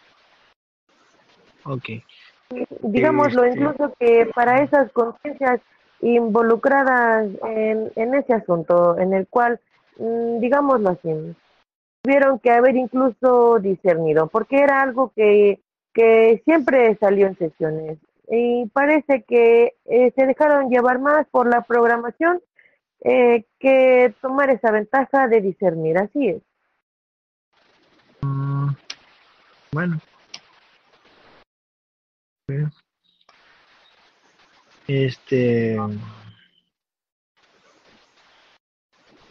ok. Digámoslo, Este, incluso que para esas conciencias involucradas en ese asunto, en el cual, digámoslo así, tuvieron que haber incluso discernido, porque era algo que siempre salió en sesiones. Y parece que se dejaron llevar más por la programación que tomar esa ventaja de discernir, así es. mm, bueno, este,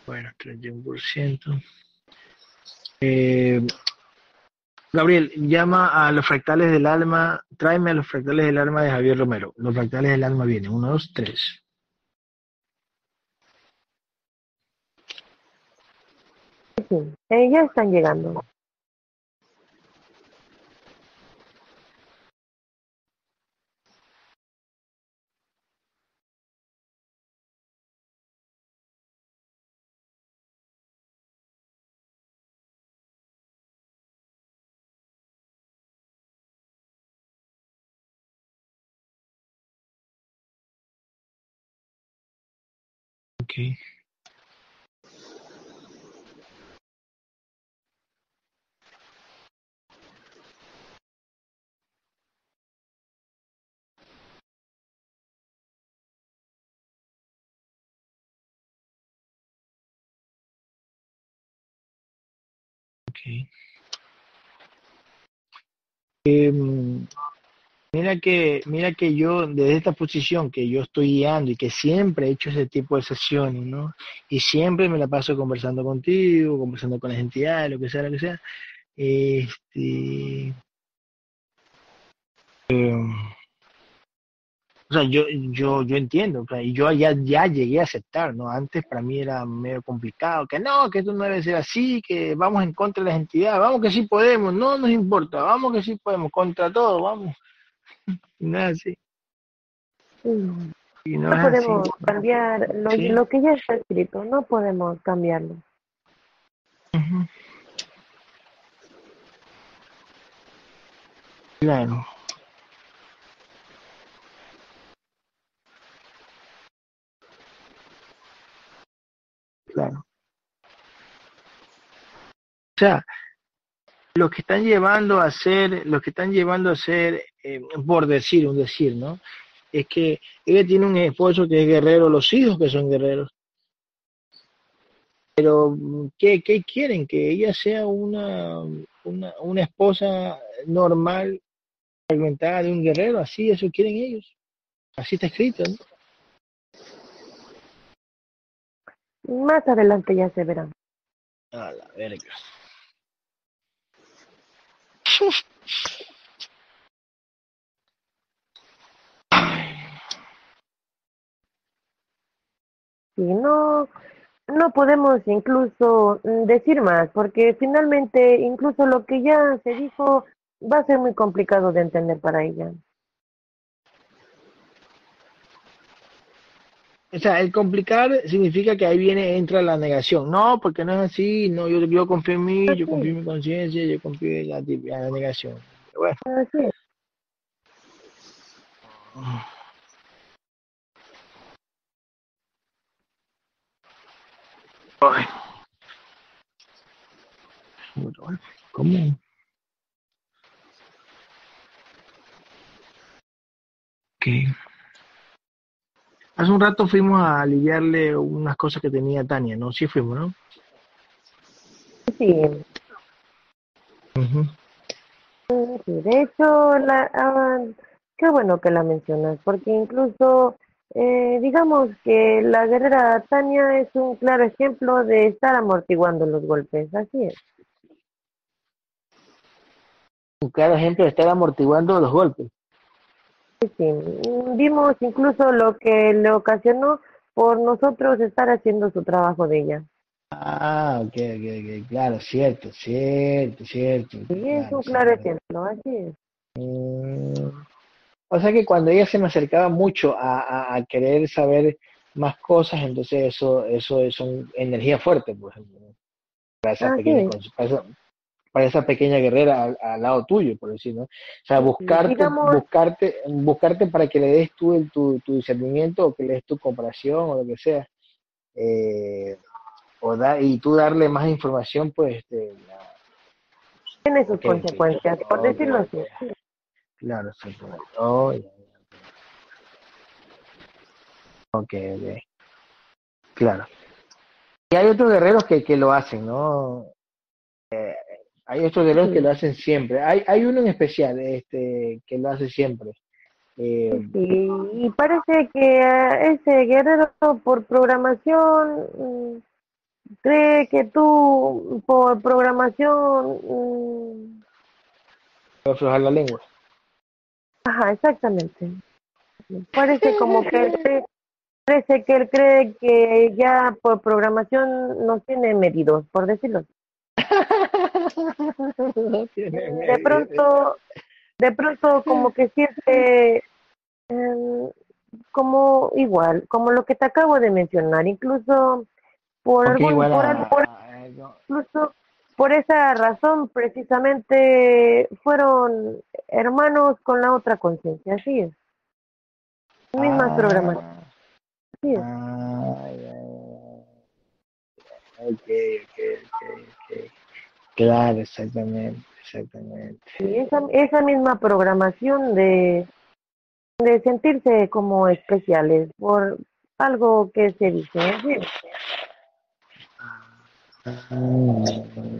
Bueno, 31%. Eh, Gabriel, llama a los fractales del alma, tráeme a los fractales del alma de Javier Romero. Los fractales del alma vienen, 1, 2, 3. Sí, ya están llegando. Ok. Ok. Mira que yo, desde esta posición que yo estoy guiando y que siempre he hecho ese tipo de sesiones, ¿no? Y siempre me la paso conversando contigo, conversando con las entidades, lo que sea. Este, o sea, yo entiendo, o sea, y yo ya llegué a aceptar, ¿no? Antes para mí era medio complicado, que no, que esto no debe ser así, que vamos en contra de las entidades, vamos que sí podemos, no nos importa, vamos que sí podemos, contra todo, vamos. Y no es así, Mm. y no No es así, podemos cambiar ¿sí? lo que ya está escrito, no podemos cambiarlo. Ujú. Claro, claro. O sea, lo que están llevando a hacer, por decir, un decir, ¿no? Es que ella tiene un esposo que es guerrero, los hijos que son guerreros. Pero, ¿qué quieren? Que ella sea una esposa normal, fragmentada de un guerrero, así eso quieren ellos. Así está escrito, ¿no? Más adelante ya se verá. A la verga. Si no, no podemos incluso decir más, porque finalmente incluso lo que ya se dijo va a ser muy complicado de entender para ella. O sea, el complicar significa que ahí entra la negación. No, porque no es así, no, yo confío en mí, yo confío Así, en mi conciencia, yo confío en la negación. Pero bueno. así es. Ay, ¿cómo? ¿Qué? Hace un rato fuimos a aliviarle unas cosas que tenía Tania, ¿no? Sí fuimos, ¿no? Sí, Ujú. sí, de hecho, qué bueno que la mencionas, porque incluso, digamos que la guerrera Tania es un claro ejemplo de estar amortiguando los golpes, así es. Un claro ejemplo de estar amortiguando los golpes. Sí, vimos incluso lo que le ocasionó por nosotros estar haciendo su trabajo de ella. Ah, ok, claro, cierto, Sí, es claro, un sí, claro claro. ejemplo, así es. O sea que cuando ella se me acercaba mucho a querer saber más cosas, entonces eso es una energía fuerte, pues, para esa Así pequeña, es. para esa pequeña guerrera al lado tuyo, por decir, ¿no? O sea, Digamos, buscarte para que le des tú tu discernimiento o que le des tu comparación o lo que sea. Eh, y tú darle más información, pues, tiene sus ok, consecuencias, por decirlo ok, así. claro, exactamente. Oh, ya, ok, claro. Y hay otros guerreros que lo hacen, ¿no? Hay otros guerreros que Sí, lo hacen siempre. Hay uno en especial, que lo hace siempre. Eh, sí, y parece que ese guerrero por programación cree que tú por programación, Voy a aflojar la lengua. ajá, exactamente. Parece como que parece que él cree que ya por programación nos tiene medidos, por decirlo así. No tiene De medio. pronto, de pronto como que siente em, como igual, como lo que te acabo de mencionar, incluso por Ok, algún, igual no. incluso por esa razón precisamente fueron hermanos con la otra conciencia, así es, mismas programaciones, Ah, así es. ok, ok. Claro, exactamente. Y esa misma programación de sentirse como especiales por algo que se dice, así es. Mm,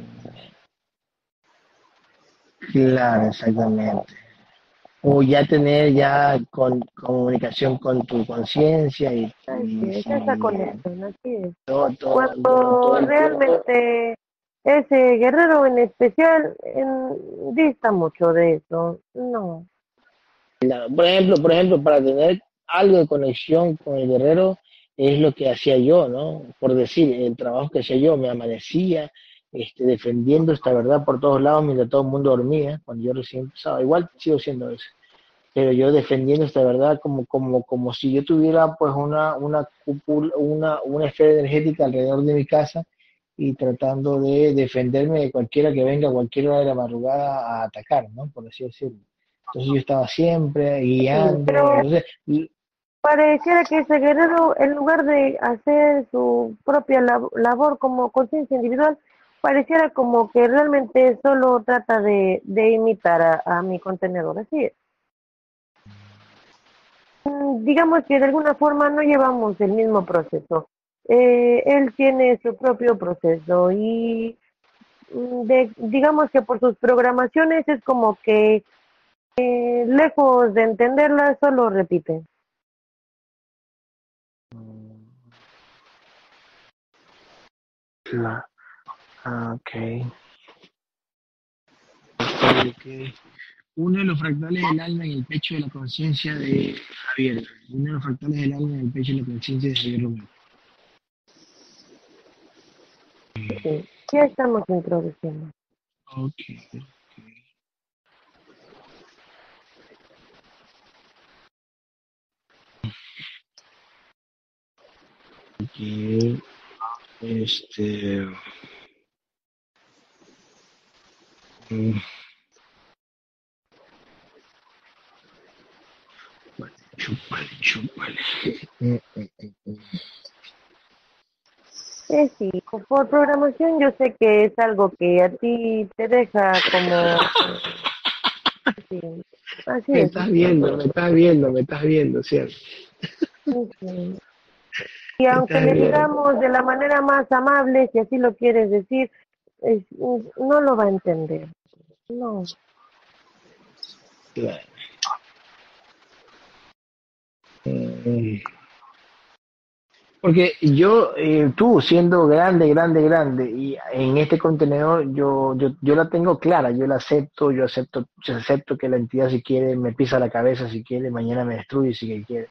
claro, exactamente. O ya tener ya comunicación con tu conciencia Así y es, esa si conexión, así es. todo Cuando el tiempo. realmente ese guerrero en especial dista mucho de eso, no. Por ejemplo, para tener algo de conexión con el guerrero es lo que hacía yo, ¿no? Por decir, el trabajo que hacía yo, me amanecía defendiendo esta verdad por todos lados mientras todo el mundo dormía, cuando yo recién empezaba. Igual sigo siendo eso, pero yo defendiendo esta verdad como si yo tuviera pues una cúpula, una esfera energética alrededor de mi casa y tratando de defenderme de cualquiera que venga a cualquier hora de la madrugada a atacar, ¿no? Por así decirlo. Entonces yo estaba siempre Sí, guiando, pero entonces, pareciera que ese guerrero, en lugar de hacer su propia labor como conciencia individual, pareciera como que realmente solo trata de imitar a mi contenedor. Así es. Digamos que de alguna forma no llevamos el mismo proceso. Él tiene su propio proceso y digamos que por sus programaciones es como que lejos de entenderlas solo repite. ok. Ok. Uno de los fractales del alma en el pecho de la conciencia de Javier. Uno de los fractales del alma en el pecho de la conciencia de Javier Romero. Sí, ya estamos introduciendo. Ok. Ok. Este. mm, Chúpale, chúpale. Sí, por programación yo sé que es algo que a ti te deja como, sí, así Me es. estás viendo, me estás viendo, me estás viendo, ¿cierto? Sí, sí. Y Me aunque estás le viendo. digamos de la manera más amable, si así lo quieres decir, no lo va a entender. No. Claro. Mm, Porque yo, tú siendo grande, y en este contenedor yo la tengo clara, yo acepto que la entidad si quiere me pisa la cabeza, si quiere mañana me destruye, si que quiere.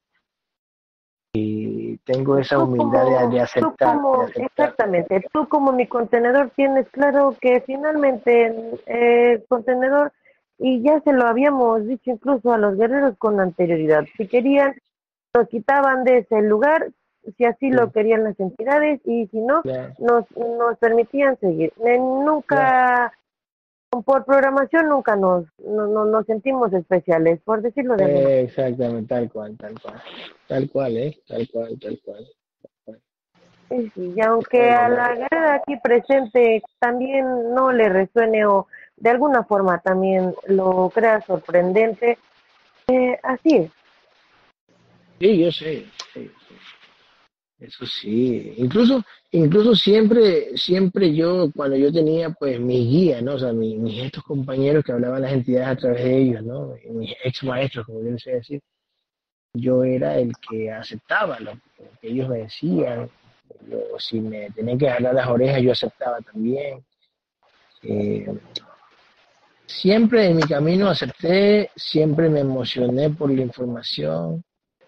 Y tengo esa humildad de aceptar. Exactamente, tú como mi contenedor tienes claro que finalmente el contenedor, y ya se lo habíamos dicho incluso a los guerreros con anterioridad, si querían, nos quitaban de ese lugar, si así Sí, lo querían las entidades, y si no, claro, nos permitían seguir. claro. Nunca, por programación, nunca nos sentimos especiales, por decirlo de alguna Exactamente, tal cual, tal cual. Sí, sí, y aunque a Bueno, la guerrera aquí presente también no le resuene o de alguna forma también lo crea sorprendente, así es. sí, yo sé, sí. Eso sí, incluso siempre yo, cuando yo tenía pues mi guía, ¿no? O sea, mis estos compañeros que hablaban las entidades a través de ellos, ¿no? Y mis ex maestros, como yo les decir, yo era el que aceptaba lo que ellos me decían, Si me tenía que jalar las orejas, yo aceptaba también. Eh, Siempre en mi camino acepté, siempre me emocioné por la información,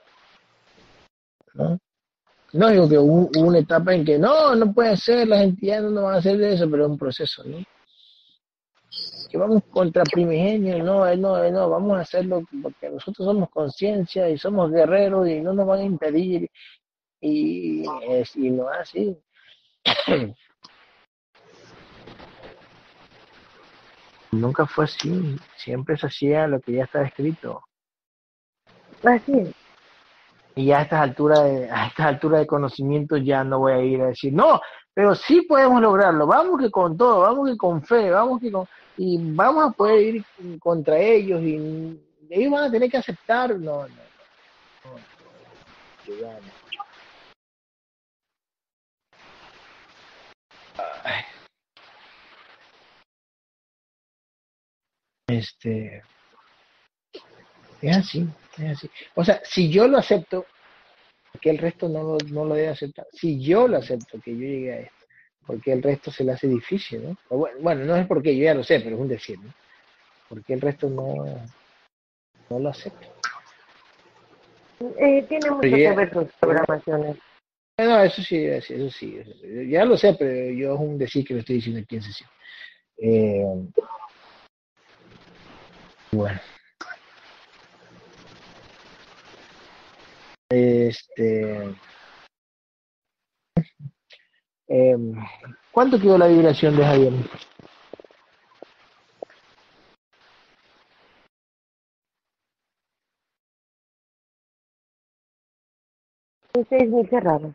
¿no? No digo que hubo una etapa en que no puede ser, las entidades no van a hacer eso, pero es un proceso, ¿no? Que vamos contra primigenio, no, vamos a hacerlo porque nosotros somos conciencia y somos guerreros y no nos van a impedir y no es así. Nunca fue así, siempre se hacía lo que ya estaba escrito. Así es. Y ya a estas alturas de conocimiento ya no voy a ir a decir, no, pero sí podemos lograrlo, vamos que con todo, vamos que con fe, y vamos a poder ir contra ellos y ellos van a tener que aceptar, no, yo ya no. Ay, Este, es así. O sea, si yo lo acepto, que el resto no lo debe aceptar. Si yo lo acepto, que yo llegué a esto, porque el resto se le hace difícil, ¿no? O bueno, no es porque yo ya lo sé, pero es un decir, ¿no? Porque el resto no lo acepta. Tiene Pero mucho que ver sus programaciones. no, eso sí. Ya lo sé, pero yo es un decir que lo estoy diciendo aquí en sesión. Eh, bueno, este, eh, ¿cuánto quedó la vibración de Javier? 6.000 cerrados.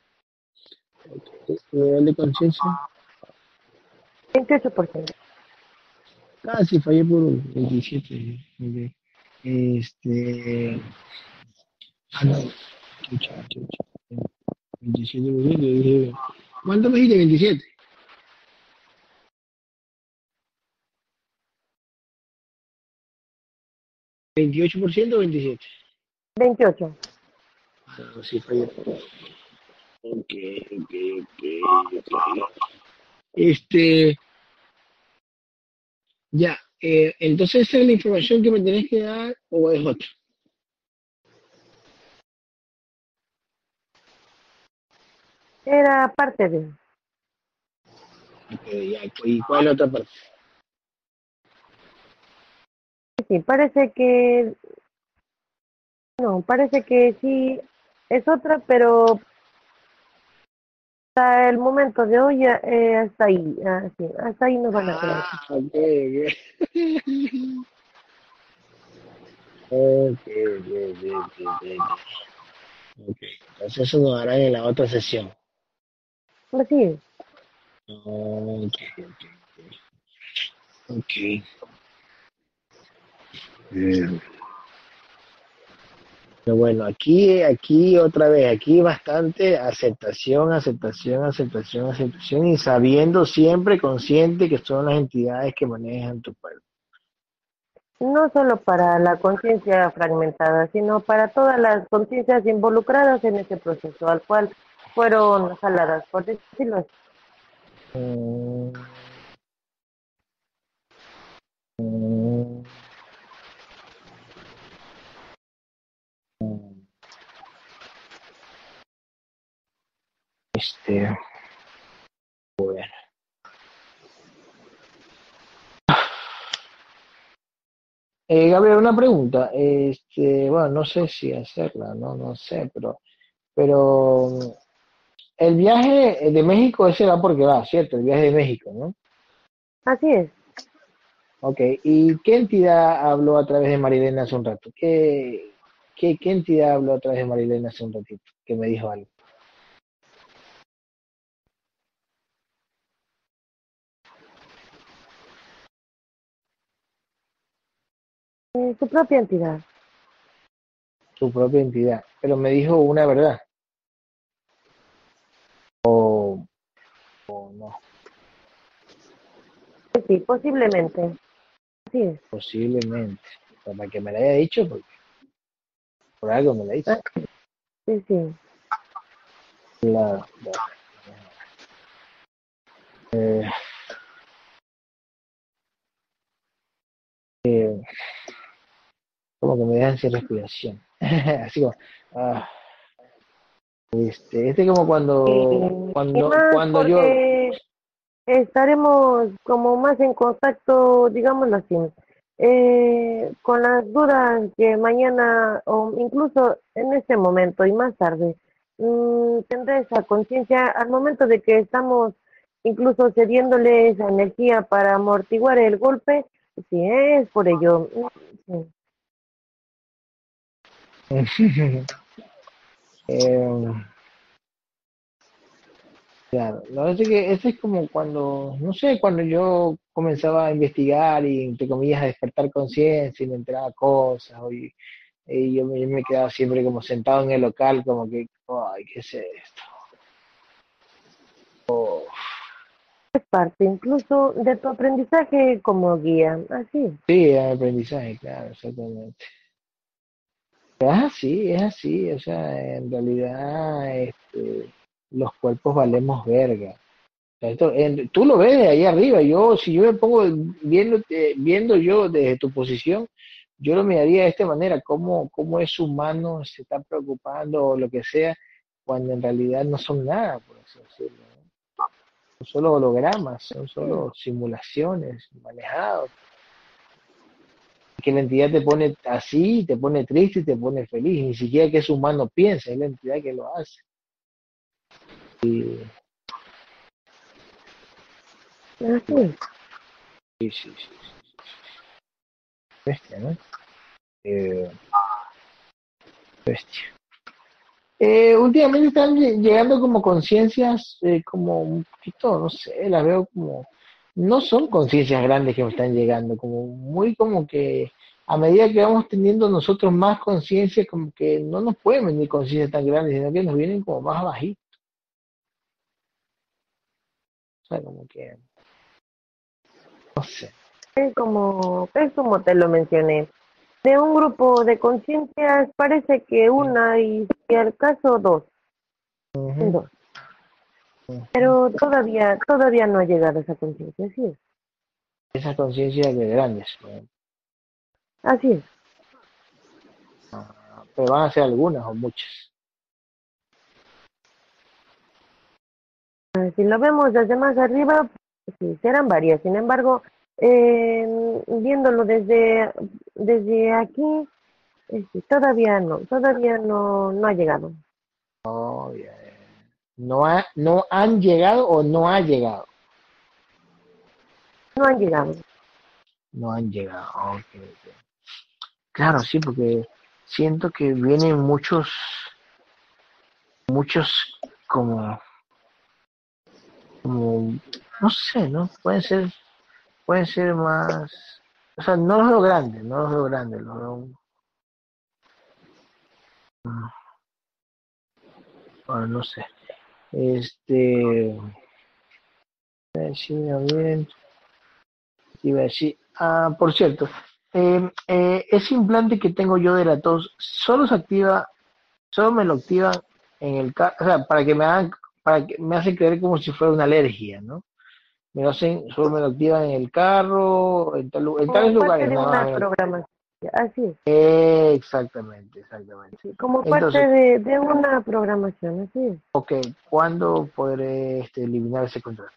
¿Nivel de conciencia? 28%. Casi fallé por un 27. Ok. No, chucha, 27%, dije, ¿cuánto me dijiste? 27. 28% o 27. 28. No, sí fallé. Ok, ok. Ya, entonces esa es la información que me tenés que dar o es otra. Era parte de. Ok, ya, ¿y cuál es la otra parte? Sí, parece que. No, parece que sí es otra, pero hasta el momento de hoy, hasta ahí. Sí, hasta ahí nos van a quedar. Ok, ok. Ok, entonces eso nos hará en la otra sesión. Así es. Ok, ok. Eh, Pero bueno, aquí otra vez, aquí bastante aceptación y sabiendo siempre consciente que son las entidades que manejan tu cuerpo. No solo para la conciencia fragmentada, sino para todas las conciencias involucradas en ese proceso, al cual fueron jaladas, por decirlo así. Mm, mm, Este, bueno. Gabriel, una pregunta. Bueno, no sé si hacerla, no sé, pero el viaje de México ese va porque va, ¿cierto? El viaje de México, ¿no? Así es. Ok, ¿y qué entidad habló a través de Marilena hace un rato? ¿Qué entidad habló a través de Marilena hace un ratito? Que me dijo algo. Su propia entidad. Su propia entidad. Pero me dijo una verdad. O no, Sí, posiblemente. Así es. posiblemente. Para que me la haya dicho, porque por algo me la hizo. Ah, sí, sí. Claro, claro. Eh, eh, como que me dejan sin respiración. Así como, ah, como Y más cuando yo, porque estaremos como más en contacto, digámoslo así, con las dudas que mañana o incluso en este momento y más tarde tendré esa conciencia al momento de que estamos incluso cediéndole esa energía para amortiguar el golpe, si es por ello. Sí. eh, claro, no, ese es como cuando, no sé, cuando yo comenzaba a investigar y, entre comillas, a despertar conciencia y me enteraba cosas, y yo me quedaba siempre como sentado en el local, como que, ay, ¿qué es esto? Es parte incluso de tu aprendizaje como guía, así. Sí, el aprendizaje, claro, exactamente. Es así, o sea, en realidad, los cuerpos valemos verga. O sea, tú lo ves de ahí arriba, si yo me pongo viendo yo desde tu posición, yo lo miraría de esta manera, cómo es humano, se está preocupando o lo que sea, cuando en realidad no son nada, por así decirlo, ¿no? Son solo hologramas, son solo simulaciones manejadas, que la entidad te pone así, te pone triste y te pone feliz, ni siquiera que es humano piensa, es la entidad que lo hace. Así Bueno, es. sí, sí, sí, bestia, ¿no? Eh, bestia. Últimamente están llegando como conciencias, como un poquito, no sé, las veo como, no son conciencias grandes que me están llegando, como muy como que a medida que vamos teniendo nosotros más conciencia, como que no nos pueden venir conciencias tan grandes, sino que nos vienen como más bajitas, o sea, como que, no sé. Es como te lo mencioné. De un grupo de conciencias parece que una y si al caso dos, Ujú, dos. ujú. Pero todavía no ha llegado esa conciencia, así es. Esas conciencias de grandes, ¿no? Así es. Pero van a ser algunas o muchas. Si lo vemos desde más arriba, sí, serán varias. Sin embargo, viéndolo desde aquí, no ha llegado. Oh, ya, ya. No han llegado o no ha llegado. No han llegado. No han llegado. Ok, ok. Claro, sí, porque siento que vienen muchos como, como, no sé, ¿no? Pueden ser más, o sea, no los veo grandes, no los veo grandes, los veo, bueno, no sé. Este, sí, bien, iba a decir, por cierto, ese implante que tengo yo de la tos, solo me lo activan en el o sea, para que me hacen creer como si fuera una alergia, ¿no? Me lo hacen, solo me lo activan en el carro, en tales Como lugares parte de nada más una me lo activan. programación. Así es. Exactamente, exactamente. Sí, como parte Entonces, de una programación, así es. ok, ¿cuándo podré eliminar ese contrato?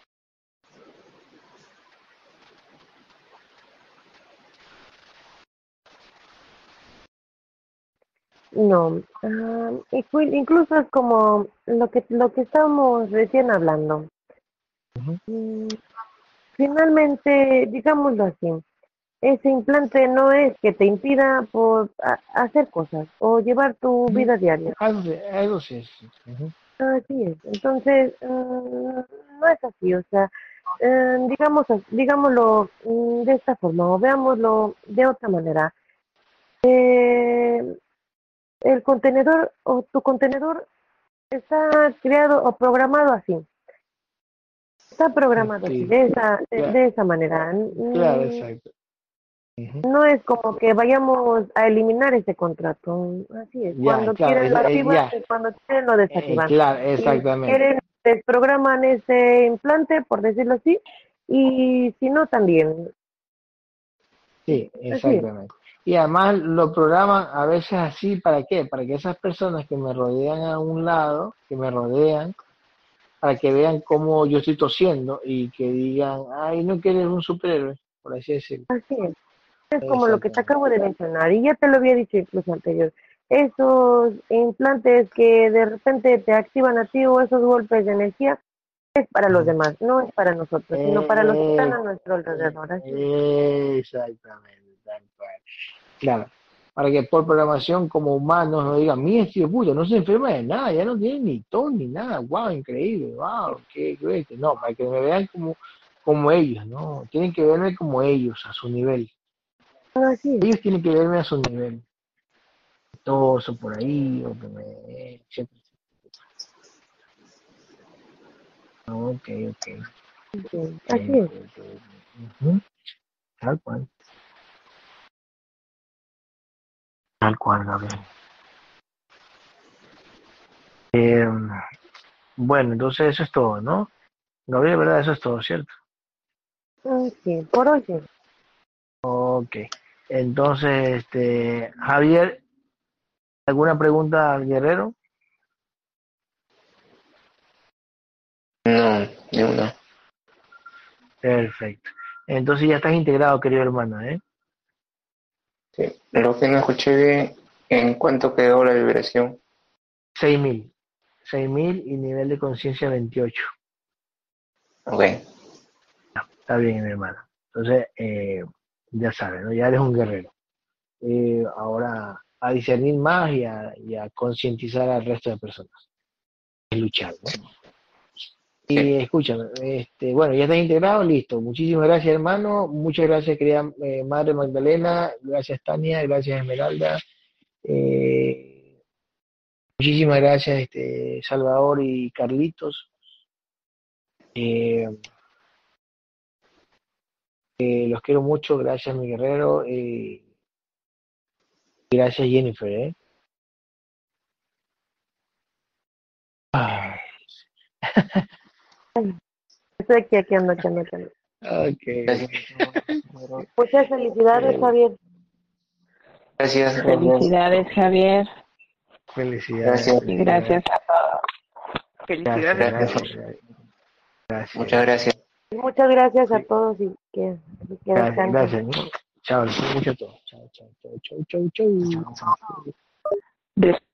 No, incluso es como lo que estamos recién hablando. Ujú, Mm, Finalmente, digámoslo así, ese implante no es que te impida hacer cosas o llevar tu ujú. vida diaria. Eso sí, sí. Ujú. Así es. Entonces, no es así. O sea, digámoslo de esta forma o veámoslo de otra manera. Eh, el contenedor o tu contenedor está creado o programado así. Está programado así, Sí, de claro, esa manera. claro, exacto. Ujú. No es como que vayamos a eliminar ese contrato. Así es. Ya, Cuando claro, quieren lo activan ya, y cuando quieren lo desactivan. claro, Y si exactamente. quieren, desprograman ese implante, por decirlo así, y si no, también. Sí, Así es. exactamente. Y además lo programan a veces así, ¿para qué? Para que esas personas que me rodean a un lado, que me rodean, para que vean cómo yo estoy tosiendo y que digan, ay, no que eres un superhéroe, por así decirlo. Así es. Es como lo que te Exactamente. acabo de mencionar, y ya te lo había dicho incluso anterior. Esos implantes que de repente te activan a ti o esos golpes de energía es para los Ujú. demás, no es para nosotros, sino para los que están Eh, a nuestro alrededor. Así es. exactamente, tal cual. Claro, para que por programación como humanos no digan, mira, este puto, no se enferma de nada, ya no tiene ni tos ni nada, wow, increíble, wow, qué bestia. No, para que me vean como ellos, ¿no? Tienen que verme como ellos, a su nivel. Así es. Ellos tienen que verme a su nivel. Toso por ahí, o que me... etcétera. Ok, ok. Sí, Ok, así ok, es. ok. Ujú. Tal cual. Tal cual, Gabriel. Eh, bueno, entonces eso es todo, ¿no? Gabriel, ¿verdad? Eso es todo, ¿cierto? Sí, por hoy sí. Ok. Entonces, Javier, ¿alguna pregunta al guerrero? No, de una. Perfecto. Entonces ya estás integrado, querido hermano, ¿eh? Sí. Lo que no escuché bien, ¿en cuánto quedó la vibración? 6.000. 6.000 y nivel de conciencia 28. Ok, Está bien, mi hermano. Entonces, ya sabes, ¿no? Ya eres un guerrero. Ahora, a discernir más y a concientizar al resto de personas. Es luchar, ¿no? Y sí. escúchame, bueno, ya estás integrado, listo. Muchísimas gracias, hermano. Muchas gracias, querida Madre Magdalena. Gracias, Tania. Gracias, Esmeralda. Eh, muchísimas gracias, Salvador y Carlitos. Eh, los quiero mucho. Gracias, mi guerrero. Gracias, Jennifer. Ah, Estoy aquí ando, aquí ando. ok, Gracias. ok. Muchas felicidades, Eh, Javier. Gracias, gracias, Felicidades, Javier, felicidades, gracias, y gracias felicidades. a todos. Gracias, Felicidades. gracias. gracias, gracias. Gracias, Muchas gracias. gracias. Muchas gracias a Sí, todos y que gracias, descansen. gracias. Chao, les quiero mucho a todos. Chao, chao, chao, chao, chao, chao. Des-